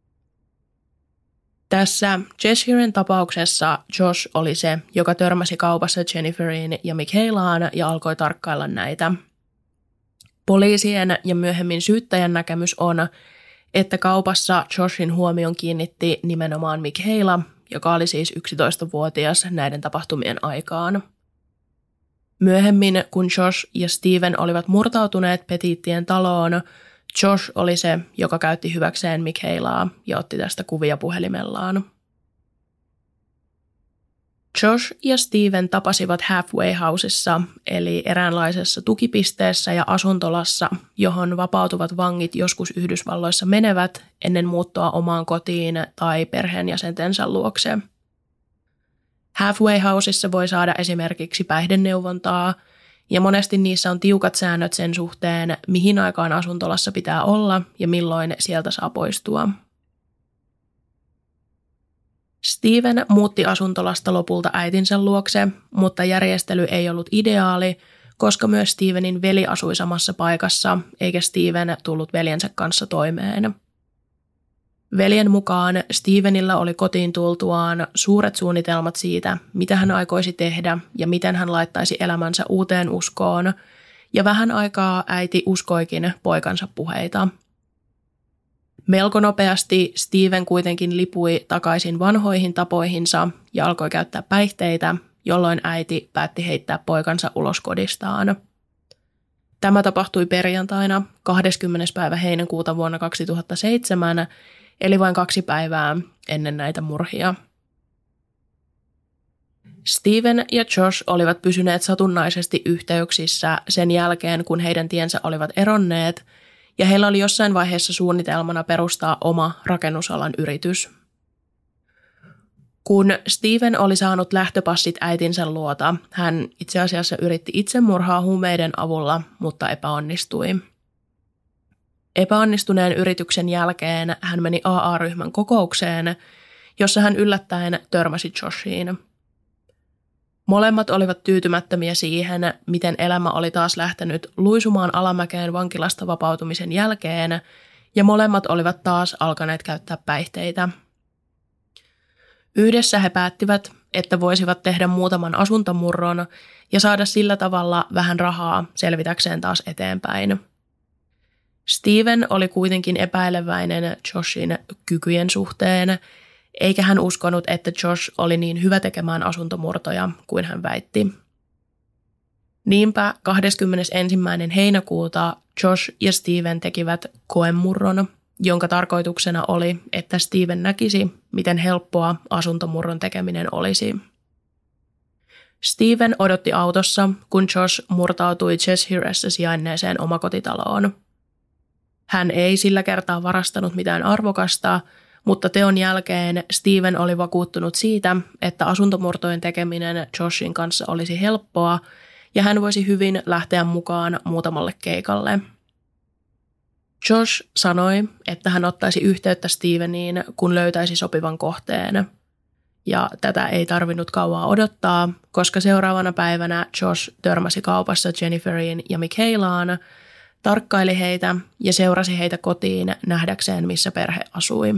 Tässä Cheshiren tapauksessa Josh oli se, joka törmäsi kaupassa Jenniferiin ja Michaelaan ja alkoi tarkkailla näitä. Poliisien ja myöhemmin syyttäjän näkemys on, että kaupassa Joshin huomion kiinnitti nimenomaan Michaela, joka oli siis yksitoistavuotias näiden tapahtumien aikaan. Myöhemmin, kun Josh ja Steven olivat murtautuneet Petittien taloon, Josh oli se, joka käytti hyväkseen Michaelaa ja otti tästä kuvia puhelimellaan. Josh ja Steven tapasivat Halfway Housessa, eli eräänlaisessa tukipisteessä ja asuntolassa, johon vapautuvat vangit joskus Yhdysvalloissa menevät ennen muuttoa omaan kotiin tai perheenjäsentensä luokse. Halfway Housessa voi saada esimerkiksi päihdeneuvontaa, ja monesti niissä on tiukat säännöt sen suhteen, mihin aikaan asuntolassa pitää olla ja milloin sieltä saa poistua. Steven muutti asuntolasta lopulta äitinsä luokse, mutta järjestely ei ollut ideaali, koska myös Stevenin veli asui samassa paikassa, eikä Steven tullut veljensä kanssa toimeen. Veljen mukaan Stevenillä oli kotiin tultuaan suuret suunnitelmat siitä, mitä hän aikoisi tehdä ja miten hän laittaisi elämänsä uuteen uskoon, ja vähän aikaa äiti uskoikin poikansa puheita. Melko nopeasti Steven kuitenkin lipui takaisin vanhoihin tapoihinsa ja alkoi käyttää päihteitä, jolloin äiti päätti heittää poikansa ulos kodistaan. Tämä tapahtui perjantaina kahdeskymmenes päivä heinäkuuta vuonna kaksituhattaseitsemän, eli vain kaksi päivää ennen näitä murhia. Steven ja Josh olivat pysyneet satunnaisesti yhteyksissä sen jälkeen, kun heidän tiensä olivat eronneet, ja heillä oli jossain vaiheessa suunnitelmana perustaa oma rakennusalan yritys. Kun Steven oli saanut lähtöpassit äitinsä luota, hän itse asiassa yritti itsemurhaa huumeiden avulla, mutta epäonnistui. Epäonnistuneen yrityksen jälkeen hän meni A A-ryhmän kokoukseen, jossa hän yllättäen törmäsi Joshiin. Molemmat olivat tyytymättömiä siihen, miten elämä oli taas lähtenyt luisumaan alamäkeen vankilasta vapautumisen jälkeen, ja molemmat olivat taas alkaneet käyttää päihteitä. Yhdessä he päättivät, että voisivat tehdä muutaman asuntomurron ja saada sillä tavalla vähän rahaa selvitäkseen taas eteenpäin. Steven oli kuitenkin epäileväinen Joshin kykyjen suhteen, eikä hän uskonut, että Josh oli niin hyvä tekemään asuntomurtoja kuin hän väitti. Niinpä kahdeskymmenesensimmäinen heinäkuuta Josh ja Steven tekivät koemurron, jonka tarkoituksena oli, että Steven näkisi, miten helppoa asuntomurron tekeminen olisi. Steven odotti autossa, kun Josh murtautui Cheshiressä sijainneeseen omakotitaloon. Hän ei sillä kertaa varastanut mitään arvokasta, mutta teon jälkeen Steven oli vakuuttunut siitä, että asuntomurtojen tekeminen Joshin kanssa olisi helppoa ja hän voisi hyvin lähteä mukaan muutamalle keikalle. Josh sanoi, että hän ottaisi yhteyttä Steveniin, kun löytäisi sopivan kohteen. Ja tätä ei tarvinnut kauaa odottaa, koska seuraavana päivänä Josh törmäsi kaupassa Jenniferiin ja Michaelaan, tarkkaili heitä ja seurasi heitä kotiin nähdäkseen, missä perhe asui.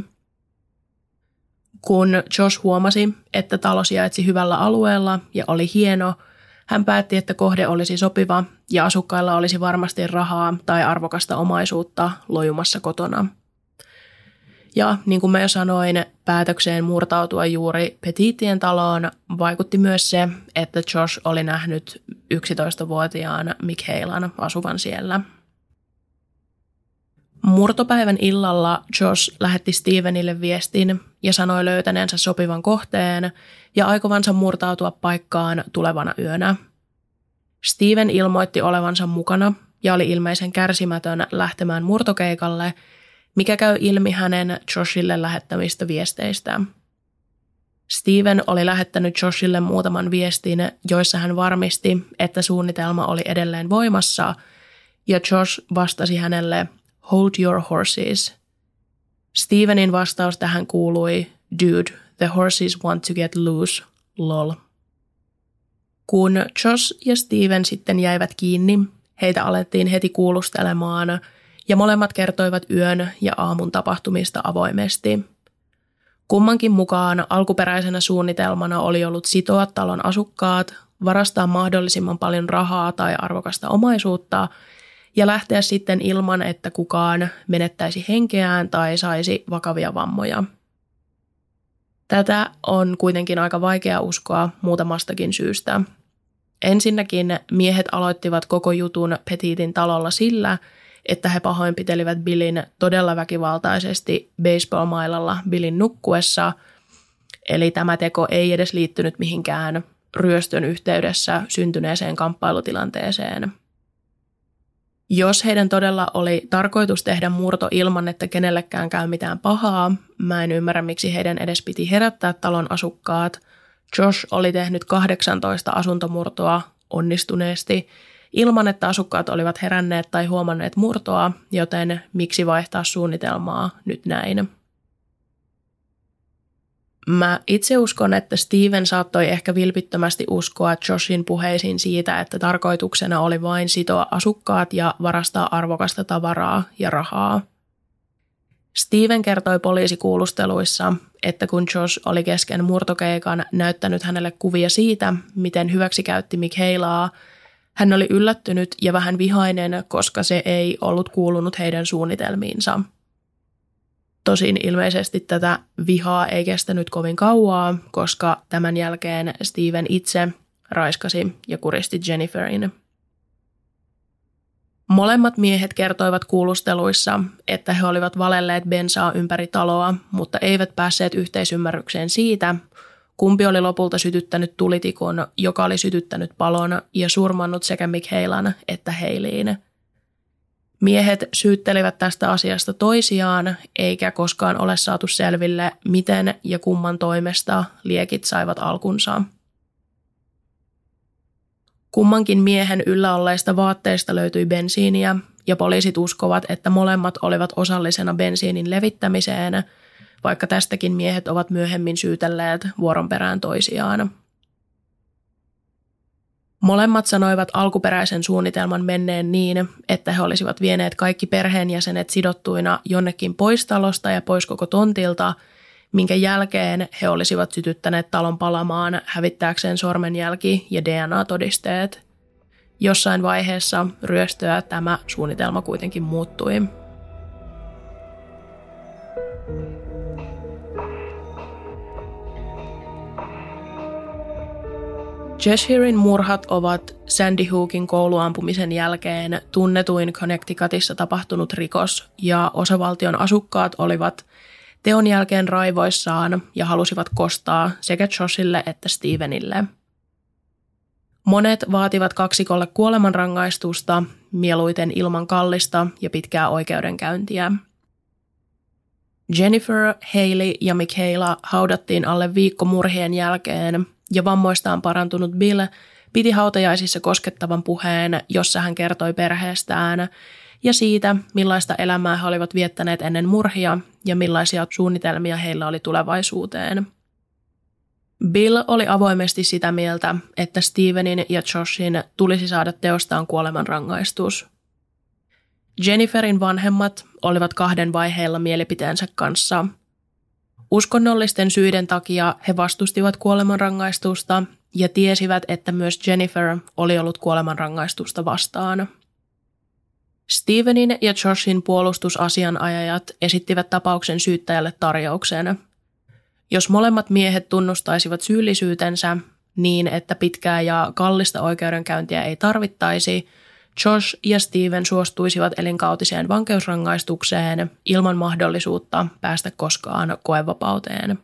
Kun Josh huomasi, että talo sijaitsi hyvällä alueella ja oli hieno, hän päätti, että kohde olisi sopiva ja asukkailla olisi varmasti rahaa tai arvokasta omaisuutta lojumassa kotona. Ja niin kuin mä jo sanoin, päätökseen murtautua juuri Petitien taloon vaikutti myös se, että Josh oli nähnyt yksitoistavuotiaan Michaelan asuvan siellä. Murtopäivän illalla Josh lähetti Stevenille viestin ja sanoi löytäneensä sopivan kohteen ja aikovansa murtautua paikkaan tulevana yönä. Steven ilmoitti olevansa mukana ja oli ilmeisen kärsimätön lähtemään murtokeikalle, mikä käy ilmi hänen Joshille lähettämistä viesteistä. Steven oli lähettänyt Joshille muutaman viestin, joissa hän varmisti, että suunnitelma oli edelleen voimassa, ja Josh vastasi hänelle "Hold your horses". Stevenin vastaus tähän kuului "Dude, the horses want to get loose, lol". Kun Josh ja Steven sitten jäivät kiinni, heitä alettiin heti kuulustelemaan, ja molemmat kertoivat yön ja aamun tapahtumista avoimesti. Kummankin mukaan alkuperäisenä suunnitelmana oli ollut sitoa talon asukkaat, varastaa mahdollisimman paljon rahaa tai arvokasta omaisuutta ja lähteä sitten ilman, että kukaan menettäisi henkeään tai saisi vakavia vammoja. Tätä on kuitenkin aika vaikea uskoa muutamastakin syystä. Ensinnäkin miehet aloittivat koko jutun Petitin talolla sillä, että he pahoinpitelivät Billin todella väkivaltaisesti baseball-mailalla Billin nukkuessa, eli tämä teko ei edes liittynyt mihinkään ryöstön yhteydessä syntyneeseen kamppailutilanteeseen. Jos heidän todella oli tarkoitus tehdä murto ilman, että kenellekään käy mitään pahaa, mä en ymmärrä, miksi heidän edes piti herättää talon asukkaat. Josh oli tehnyt kahdeksantoista asuntomurtoa onnistuneesti, ilman että asukkaat olivat heränneet tai huomanneet murtoa, joten miksi vaihtaa suunnitelmaa nyt näin? Mä itse uskon, että Steven saattoi ehkä vilpittömästi uskoa Joshin puheisiin siitä, että tarkoituksena oli vain sitoa asukkaat ja varastaa arvokasta tavaraa ja rahaa. Steven kertoi poliisikuulusteluissa, että kun Josh oli kesken murtokeikan näyttänyt hänelle kuvia siitä, miten hyväksikäytti Michaelaa, hän oli yllättynyt ja vähän vihainen, koska se ei ollut kuulunut heidän suunnitelmiinsa. Tosin ilmeisesti tätä vihaa ei kestänyt kovin kauaa, koska tämän jälkeen Steven itse raiskasi ja kuristi Jenniferin. Molemmat miehet kertoivat kuulusteluissa, että he olivat valelleet bensaa ympäri taloa, mutta eivät päässeet yhteisymmärrykseen siitä, kumpi oli lopulta sytyttänyt tulitikun, joka oli sytyttänyt palon ja surmannut sekä Michaelan että Haileyn. Miehet syyttelivät tästä asiasta toisiaan, eikä koskaan ole saatu selville, miten ja kumman toimesta liekit saivat alkunsa. Kummankin miehen yllä olleista vaatteista löytyi bensiiniä, ja poliisit uskovat, että molemmat olivat osallisena bensiinin levittämiseen, vaikka tästäkin miehet ovat myöhemmin syytelleet vuoron perään toisiaan. Molemmat sanoivat alkuperäisen suunnitelman menneen niin, että he olisivat vieneet kaikki perheenjäsenet sidottuina jonnekin pois talosta ja pois koko tontilta, minkä jälkeen he olisivat sytyttäneet talon palamaan hävittääkseen sormenjälki- ja D N A-todisteet. Jossain vaiheessa ryöstöä tämä suunnitelma kuitenkin muuttui. Cheshiren murhat ovat Sandy Hookin kouluampumisen jälkeen tunnetuin Connecticutissa tapahtunut rikos, ja osavaltion asukkaat olivat teon jälkeen raivoissaan ja halusivat kostaa sekä Joshille että Stevenille. Monet vaativat kaksikolle kuolemanrangaistusta, mieluiten ilman kallista ja pitkää oikeudenkäyntiä. Jennifer, Hailey ja Michaela haudattiin alle viikko murhien jälkeen, ja vammoistaan parantunut Bill piti hautajaisissa koskettavan puheen, jossa hän kertoi perheestään ja siitä, millaista elämää he olivat viettäneet ennen murhia ja millaisia suunnitelmia heillä oli tulevaisuuteen. Bill oli avoimesti sitä mieltä, että Stevenin ja Joshin tulisi saada teostaan kuolemanrangaistus. Jenniferin vanhemmat olivat kahden vaiheella mielipiteensä kanssa. Uskonnollisten syiden takia he vastustivat kuolemanrangaistusta ja tiesivät, että myös Jennifer oli ollut kuolemanrangaistusta vastaan. Stevenin ja Joshin puolustusasianajajat esittivät tapauksen syyttäjälle tarjouksen. Jos molemmat miehet tunnustaisivat syyllisyytensä niin, että pitkää ja kallista oikeudenkäyntiä ei tarvittaisi, Josh ja Steven suostuisivat elinkautiseen vankeusrangaistukseen ilman mahdollisuutta päästä koskaan koevapauteen.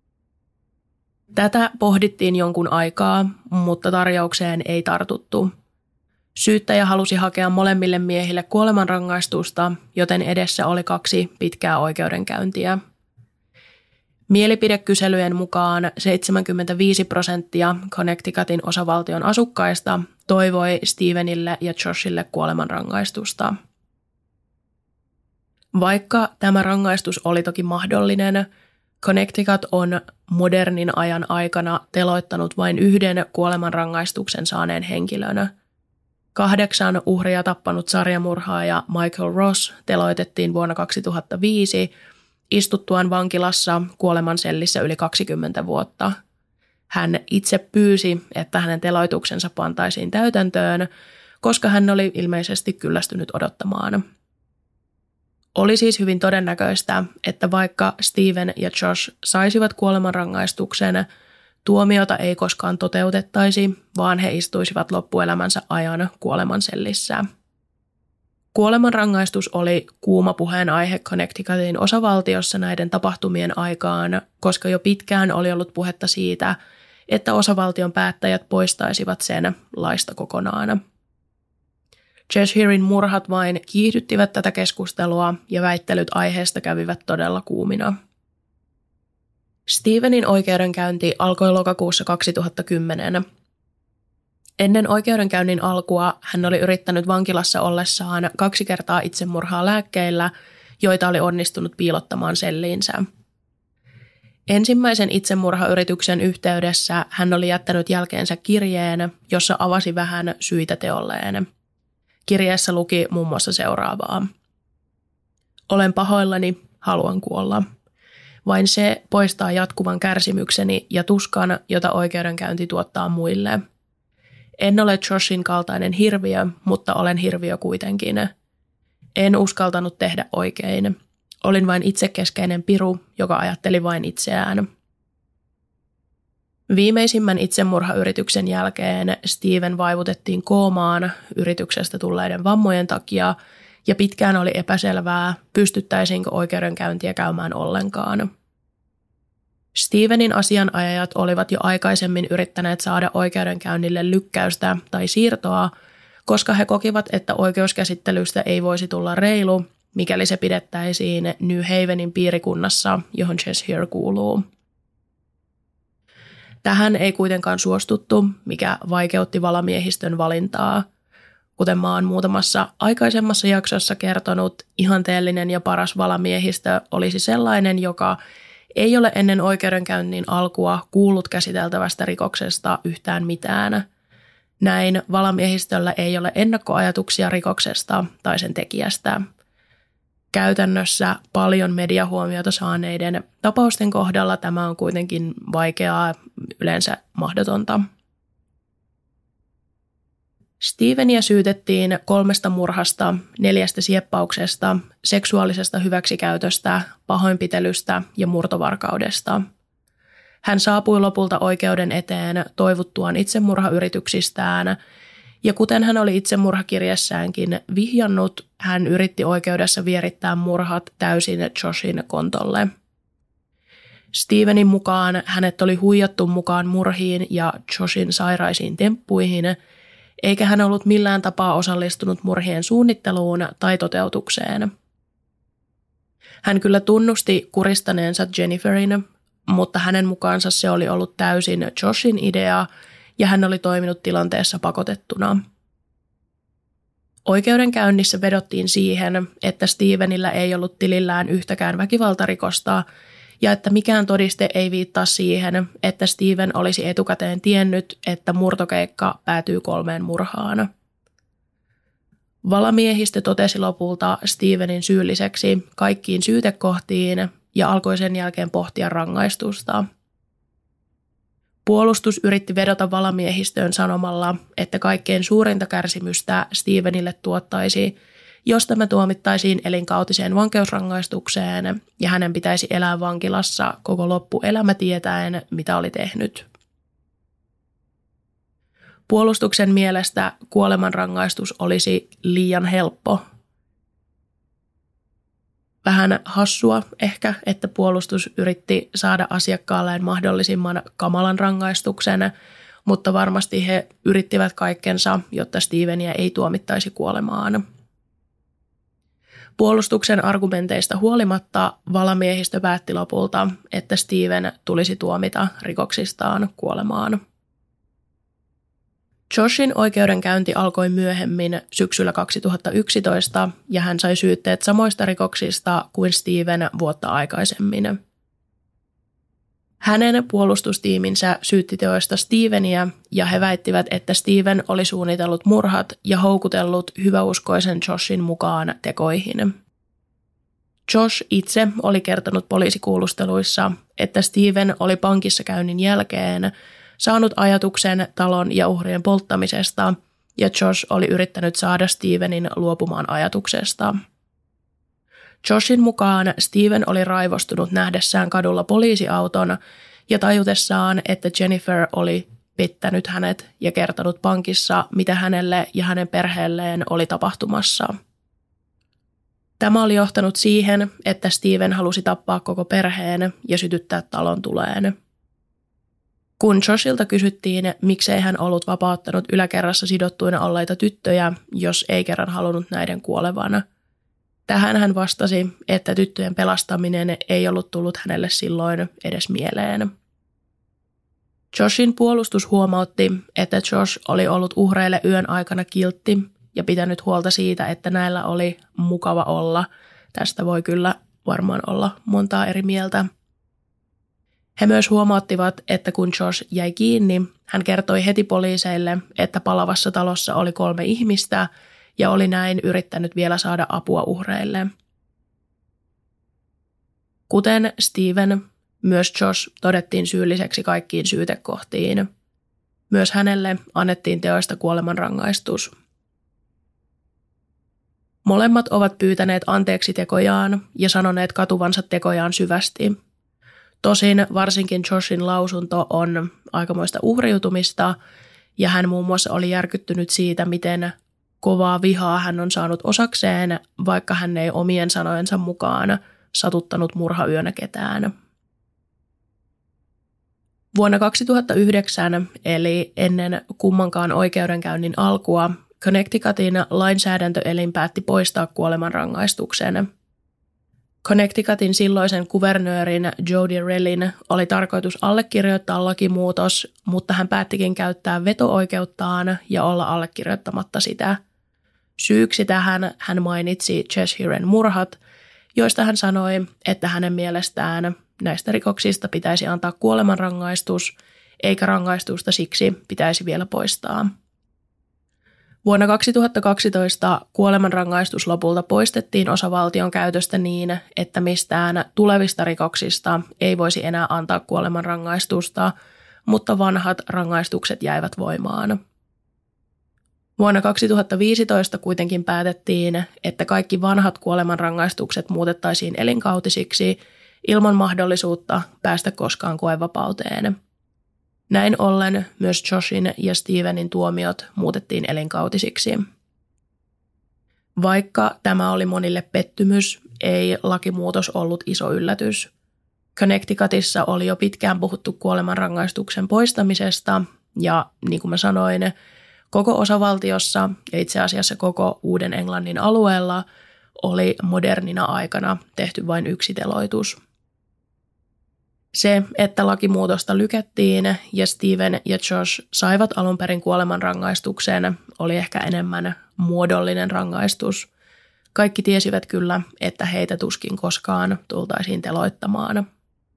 Tätä pohdittiin jonkun aikaa, mutta tarjoukseen ei tartuttu. Syyttäjä halusi hakea molemmille miehille kuolemanrangaistusta, joten edessä oli kaksi pitkää oikeudenkäyntiä. Mielipidekyselyjen mukaan seitsemänkymmentäviisi prosenttia Connecticutin osavaltion asukkaista toivoi Stevenille ja Joshille kuolemanrangaistusta. Vaikka tämä rangaistus oli toki mahdollinen, Connecticut on modernin ajan aikana teloittanut vain yhden kuolemanrangaistuksen saaneen henkilön. Kahdeksan uhria tappanut sarjamurhaaja Michael Ross teloitettiin vuonna kaksituhattaviisi istuttuaan vankilassa kuolemansellissä yli kaksikymmentä vuotta. Hän itse pyysi, että hänen teloituksensa pantaisiin täytäntöön, koska hän oli ilmeisesti kyllästynyt odottamaan. Oli siis hyvin todennäköistä, että vaikka Steven ja Josh saisivat kuolemanrangaistuksen, tuomiota ei koskaan toteutettaisi, vaan he istuisivat loppuelämänsä ajan kuolemansellissä. Kuolemanrangaistus oli kuuma puheenaihe Connecticutin osavaltiossa näiden tapahtumien aikaan, koska jo pitkään oli ollut puhetta siitä, että osavaltion päättäjät poistaisivat sen laista kokonaan. Cheshiren murhat vain kiihdyttivät tätä keskustelua ja väittelyt aiheesta kävivät todella kuumina. Stevenin oikeudenkäynti alkoi lokakuussa kaksituhattakymmenen. Ennen oikeudenkäynnin alkua hän oli yrittänyt vankilassa ollessaan kaksi kertaa itsemurhaa lääkkeillä, joita oli onnistunut piilottamaan selliinsä. Ensimmäisen itsemurhayrityksen yhteydessä hän oli jättänyt jälkeensä kirjeen, jossa avasi vähän syitä teolleen. Kirjeessä luki muun muassa seuraavaa. Olen pahoillani, haluan kuolla. Vain se poistaa jatkuvan kärsimykseni ja tuskan, jota oikeudenkäynti tuottaa muille. En ole Joshin kaltainen hirviö, mutta olen hirviö kuitenkin. En uskaltanut tehdä oikein. Olin vain itsekeskeinen piru, joka ajatteli vain itseään. Viimeisimmän itsemurhayrityksen jälkeen Steven vaivutettiin koomaan yrityksestä tulleiden vammojen takia ja pitkään oli epäselvää, pystyttäisiinkö oikeudenkäyntiä käymään ollenkaan. Stevenin asianajajat olivat jo aikaisemmin yrittäneet saada oikeudenkäynnille lykkäystä tai siirtoa, koska he kokivat, että oikeuskäsittelystä ei voisi tulla reilu, mikäli se pidettäisiin New Havenin piirikunnassa, johon Cheshire kuuluu. Tähän ei kuitenkaan suostuttu, mikä vaikeutti valamiehistön valintaa. Kuten mä oon muutamassa aikaisemmassa jaksossa kertonut, ihanteellinen ja paras valamiehistö olisi sellainen, joka ei ole ennen oikeudenkäynnin alkua kuullut käsiteltävästä rikoksesta yhtään mitään. Näin valamiehistöllä ei ole ennakkoajatuksia rikoksesta tai sen tekijästä. Käytännössä paljon mediahuomiota saaneiden tapausten kohdalla tämä on kuitenkin vaikeaa, yleensä mahdotonta. Stevenia syytettiin kolmesta murhasta, neljästä sieppauksesta, seksuaalisesta hyväksikäytöstä, pahoinpitelystä ja murtovarkaudesta. Hän saapui lopulta oikeuden eteen toivuttuaan itsemurhayrityksistään, ja kuten hän oli itsemurhakirjassaankin vihjannut, hän yritti oikeudessa vierittää murhat täysin Joshin kontolle. Stevenin mukaan hänet oli huijattu mukaan murhiin ja Joshin sairaisiin temppuihin, eikä hän ollut millään tapaa osallistunut murhien suunnitteluun tai toteutukseen. Hän kyllä tunnusti kuristaneensa Jenniferin, mutta hänen mukaansa se oli ollut täysin Joshin idea ja hän oli toiminut tilanteessa pakotettuna. Oikeudenkäynnissä vedottiin siihen, että Stevenillä ei ollut tilillään yhtäkään väkivaltarikosta ja että mikään todiste ei viittaa siihen, että Steven olisi etukäteen tiennyt, että murtokeikka päätyy kolmeen murhaan. Valamiehistö totesi lopulta Stevenin syylliseksi kaikkiin syytekohtiin ja alkoi sen jälkeen pohtia rangaistusta. Puolustus yritti vedota valamiehistöön sanomalla, että kaikkein suurinta kärsimystä Stevenille tuottaisi, jos tämä tuomittaisiin elinkautiseen vankeusrangaistukseen ja hänen pitäisi elää vankilassa koko loppuelämä tietäen, mitä oli tehnyt. Puolustuksen mielestä kuolemanrangaistus olisi liian helppo. Vähän hassua ehkä, että puolustus yritti saada asiakkaalleen mahdollisimman kamalan rangaistuksen, mutta varmasti he yrittivät kaikkensa, jotta Steveniä ei tuomittaisi kuolemaan. Puolustuksen argumenteista huolimatta valamiehistö päätti lopulta, että Steven tulisi tuomita rikoksistaan kuolemaan. Joshin oikeudenkäynti alkoi myöhemmin syksyllä kaksituhattayksitoista ja hän sai syytteet samoista rikoksista kuin Steven vuotta aikaisemmin. Hänen puolustustiiminsä syytti teoista Steveniä ja he väittivät, että Steven oli suunnitellut murhat ja houkutellut hyväuskoisen Joshin mukaan tekoihin. Josh itse oli kertonut poliisikuulusteluissa, että Steven oli pankissa käynnin jälkeen saanut ajatuksen talon ja uhrien polttamisesta ja Josh oli yrittänyt saada Stevenin luopumaan ajatuksesta. Joshin mukaan Steven oli raivostunut nähdessään kadulla poliisiauton ja tajutessaan, että Jennifer oli pettänyt hänet ja kertonut pankissa, mitä hänelle ja hänen perheelleen oli tapahtumassa. Tämä oli johtanut siihen, että Steven halusi tappaa koko perheen ja sytyttää talon tuleen. Kun Joshilta kysyttiin, miksei hän ollut vapauttanut yläkerrassa sidottuina olleita tyttöjä, jos ei kerran halunnut näiden kuolevan. Tähän hän vastasi, että tyttöjen pelastaminen ei ollut tullut hänelle silloin edes mieleen. Joshin puolustus huomautti, että Josh oli ollut uhreille yön aikana kiltti ja pitänyt huolta siitä, että näillä oli mukava olla. Tästä voi kyllä varmaan olla montaa eri mieltä. He myös huomauttivat, että kun Josh jäi kiinni, hän kertoi heti poliiseille, että palavassa talossa oli kolme ihmistä ja oli näin yrittänyt vielä saada apua uhreille. Kuten Steven, myös Josh todettiin syylliseksi kaikkiin syytekohtiin. Myös hänelle annettiin teoista kuolemanrangaistus. Molemmat ovat pyytäneet anteeksi tekojaan ja sanoneet katuvansa tekojaan syvästi. Tosin varsinkin Joshin lausunto on aikamoista uhriutumista ja hän muun muassa oli järkyttynyt siitä, miten kovaa vihaa hän on saanut osakseen, vaikka hän ei omien sanojensa mukaan satuttanut murhayönä ketään. Vuonna kaksituhattayhdeksän, eli ennen kummankaan oikeudenkäynnin alkua, Connecticutin lainsäädäntöelin päätti poistaa kuolemanrangaistuksen. Connecticutin silloisen kuvernöörin Jody Rellin oli tarkoitus allekirjoittaa lakimuutos, mutta hän päättikin käyttää veto-oikeuttaan ja olla allekirjoittamatta sitä. Syyksi tähän hän mainitsi Cheshiren murhat, joista hän sanoi, että hänen mielestään näistä rikoksista pitäisi antaa kuolemanrangaistus, eikä rangaistusta siksi pitäisi vielä poistaa. Vuonna kaksituhattakaksitoista kuolemanrangaistus lopulta poistettiin osavaltion käytöstä niin, että mistään tulevista rikoksista ei voisi enää antaa kuolemanrangaistusta, mutta vanhat rangaistukset jäivät voimaan. Vuonna kaksituhattaviisitoista kuitenkin päätettiin, että kaikki vanhat kuolemanrangaistukset muutettaisiin elinkautisiksi ilman mahdollisuutta päästä koskaan koevapauteen. Näin ollen myös Joshin ja Stevenin tuomiot muutettiin elinkautisiksi. Vaikka tämä oli monille pettymys, ei lakimuutos ollut iso yllätys. Connecticutissa oli jo pitkään puhuttu kuolemanrangaistuksen poistamisesta ja niin kuin mä sanoin, koko osavaltiossa ja itse asiassa koko Uuden Englannin alueella oli modernina aikana tehty vain yksi teloitus. Se, että lakimuutosta lykättiin ja Steven ja Josh saivat alun perin kuolemanrangaistuksen, oli ehkä enemmän muodollinen rangaistus. Kaikki tiesivät kyllä, että heitä tuskin koskaan tultaisiin teloittamaan.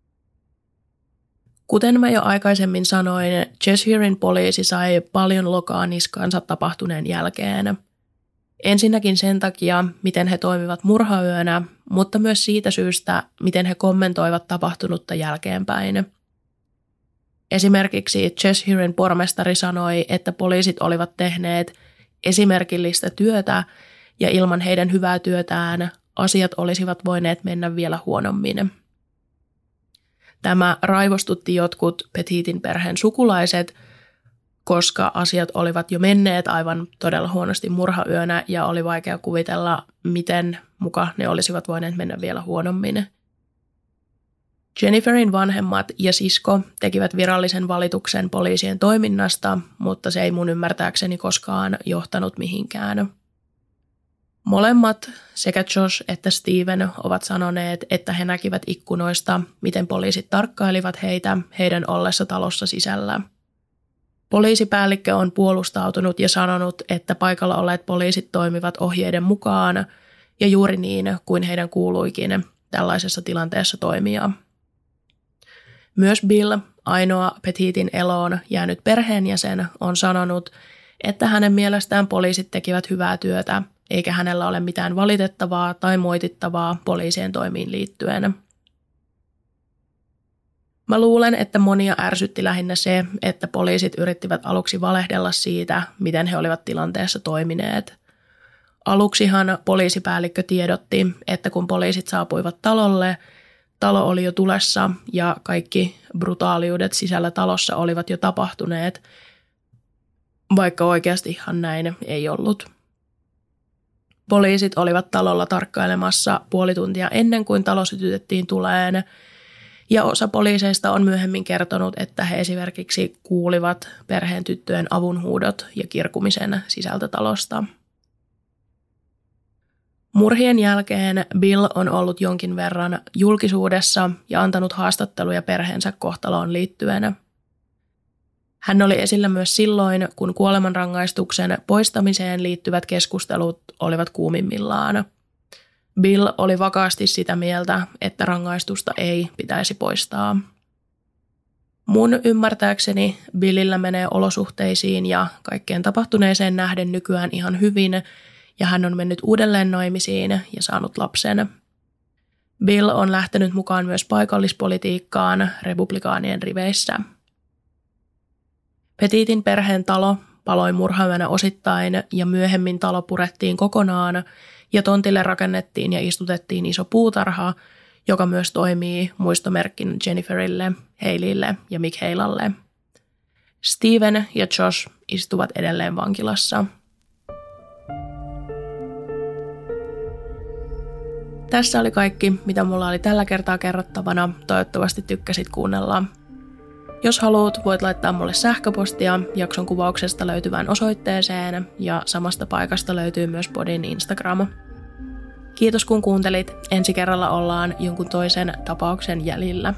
Kuten mä jo aikaisemmin sanoin, Cheshiren poliisi sai paljon lokaa niskaansa tapahtuneen jälkeen. Ensinnäkin sen takia, miten he toimivat murhayönä, mutta myös siitä syystä, miten he kommentoivat tapahtunutta jälkeenpäin. Esimerkiksi Cheshiren pormestari sanoi, että poliisit olivat tehneet esimerkillistä työtä ja ilman heidän hyvää työtään asiat olisivat voineet mennä vielä huonommin. Tämä raivostutti jotkut Petitin perheen sukulaiset, koska asiat olivat jo menneet aivan todella huonosti murhayönä ja oli vaikea kuvitella, miten muka ne olisivat voineet mennä vielä huonommin. Jenniferin vanhemmat ja sisko tekivät virallisen valituksen poliisien toiminnasta, mutta se ei mun ymmärtääkseni koskaan johtanut mihinkään. Molemmat, sekä Josh että Steven, ovat sanoneet, että he näkivät ikkunoista, miten poliisit tarkkailivat heitä heidän ollessa talossa sisällä. Poliisipäällikkö on puolustautunut ja sanonut, että paikalla olleet poliisit toimivat ohjeiden mukaan ja juuri niin kuin heidän kuuluikin tällaisessa tilanteessa toimia. Myös Bill, ainoa Petitin eloon jäänyt perheenjäsen, on sanonut, että hänen mielestään poliisit tekivät hyvää työtä, eikä hänellä ole mitään valitettavaa tai moitittavaa poliisien toimiin liittyen. Mä luulen, että monia ärsytti lähinnä se, että poliisit yrittivät aluksi valehdella siitä, miten he olivat tilanteessa toimineet. Aluksihan poliisipäällikkö tiedotti, että kun poliisit saapuivat talolle, talo oli jo tulessa ja kaikki brutaaliudet sisällä talossa olivat jo tapahtuneet, vaikka oikeasti ihan näin ei ollut. Poliisit olivat talolla tarkkailemassa puoli tuntia ennen kuin talo sytytettiin tuleen, ja osa poliiseista on myöhemmin kertonut, että he esimerkiksi kuulivat perheen tyttöjen avunhuudot ja kirkumisen sisältä talosta. Murhien jälkeen Bill on ollut jonkin verran julkisuudessa ja antanut haastatteluja perheensä kohtaloon liittyen. Hän oli esillä myös silloin, kun kuolemanrangaistuksen poistamiseen liittyvät keskustelut olivat kuumimmillaan. Bill oli vakaasti sitä mieltä, että rangaistusta ei pitäisi poistaa. Mun ymmärtääkseni Billillä menee olosuhteisiin ja kaikkeen tapahtuneeseen nähden nykyään ihan hyvin, ja hän on mennyt uudelleen naimisiin ja saanut lapsen. Bill on lähtenyt mukaan myös paikallispolitiikkaan republikaanien riveissä. Petitin perheen talo paloi murhaamana osittain ja myöhemmin talo purettiin kokonaan ja tontille rakennettiin ja istutettiin iso puutarha, joka myös toimii muistomerkkinä Jenniferille, Haileylle ja Michaelalle. Steven ja Josh istuvat edelleen vankilassa. Tässä oli kaikki, mitä mulla oli tällä kertaa kerrottavana. Toivottavasti tykkäsit kuunnella. Jos haluat, voit laittaa mulle sähköpostia jakson kuvauksesta löytyvään osoitteeseen ja samasta paikasta löytyy myös podin Instagram. Kiitos kun kuuntelit. Ensi kerralla ollaan jonkun toisen tapauksen jäljillä.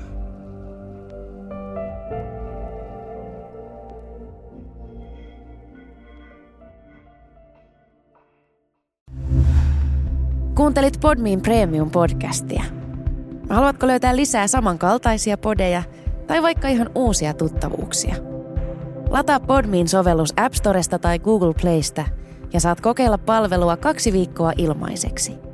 Kuuntelit Podmin Premium-podcastia. Haluatko löytää lisää samankaltaisia podeja tai vaikka ihan uusia tuttavuuksia? Lataa Podmin sovellus App Storesta tai Google Playsta ja saat kokeilla palvelua kaksi viikkoa ilmaiseksi.